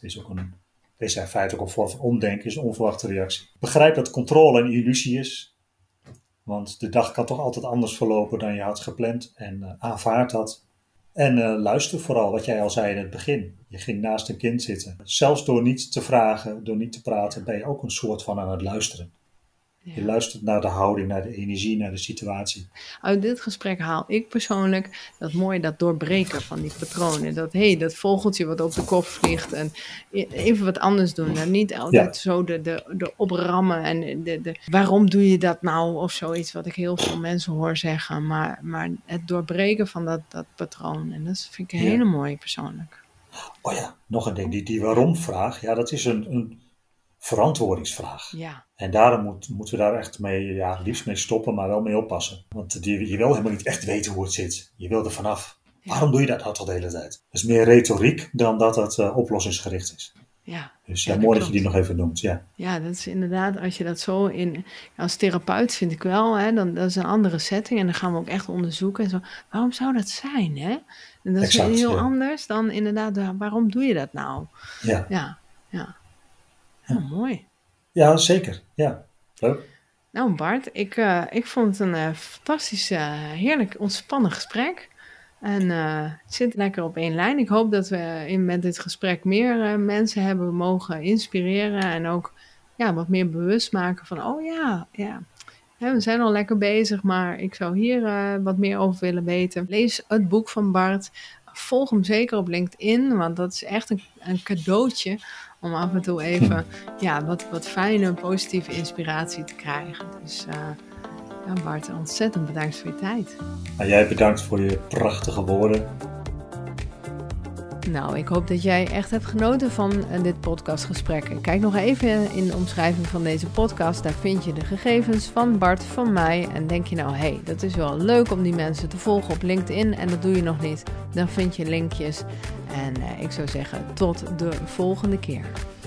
Speaker 2: Is in feite ook een vorm van omdenken, is een onverwachte reactie. Begrijp dat controle een illusie is. Want de dag kan toch altijd anders verlopen dan je had gepland. En aanvaard dat. En luister vooral wat jij al zei in het begin. Je ging naast een kind zitten. Zelfs door niet te vragen, door niet te praten, ben je ook een soort van aan het luisteren. Ja. Je luistert naar de houding, naar de energie, naar de situatie.
Speaker 1: Uit dit gesprek haal ik persoonlijk dat doorbreken van die patronen. Dat vogeltje wat op de kop vliegt en even wat anders doen. En niet altijd zo de oprammen en de waarom doe je dat nou of zoiets wat ik heel veel mensen hoor zeggen. Maar het doorbreken van dat patroon. En dat vind ik een hele mooie persoonlijk.
Speaker 2: Oh ja, nog een ding. Die waarom-vraag, dat is een verantwoordingsvraag.
Speaker 1: Ja.
Speaker 2: En daarom moeten we daar echt mee, liefst mee stoppen, maar wel mee oppassen. Want je wil helemaal niet echt weten hoe het zit. Je wil er vanaf. Ja. Waarom doe je dat altijd de hele tijd? Dat is meer retoriek dan dat het oplossingsgericht is.
Speaker 1: Ja.
Speaker 2: Dus mooi dat je die nog even noemt. Ja.
Speaker 1: Ja, dat is inderdaad, als je dat zo als therapeut vind ik wel, hè, dan dat is een andere setting en dan gaan we ook echt onderzoeken. En zo, waarom zou dat zijn? Hè? En dat is heel anders dan inderdaad, waarom doe je dat nou? Ja. Oh, mooi.
Speaker 2: Ja, zeker. Ja, leuk.
Speaker 1: Nou Bart, ik vond het een fantastisch, heerlijk ontspannen gesprek. En het zit lekker op één lijn. Ik hoop dat we met dit gesprek meer mensen hebben mogen inspireren. En ook wat meer bewust maken van, we zijn al lekker bezig, maar ik zou hier wat meer over willen weten. Lees het boek van Bart. Volg hem zeker op LinkedIn, want dat is echt een cadeautje om af en toe even wat fijne, positieve inspiratie te krijgen. Dus Bart, ontzettend bedankt voor je tijd.
Speaker 2: En jij bedankt voor je prachtige woorden.
Speaker 1: Nou, ik hoop dat jij echt hebt genoten van dit podcastgesprek. Kijk nog even in de omschrijving van deze podcast. Daar vind je de gegevens van Bart, van mij. En denk je nou, dat is wel leuk om die mensen te volgen op LinkedIn. En dat doe je nog niet. Dan vind je linkjes. En ik zou zeggen, tot de volgende keer.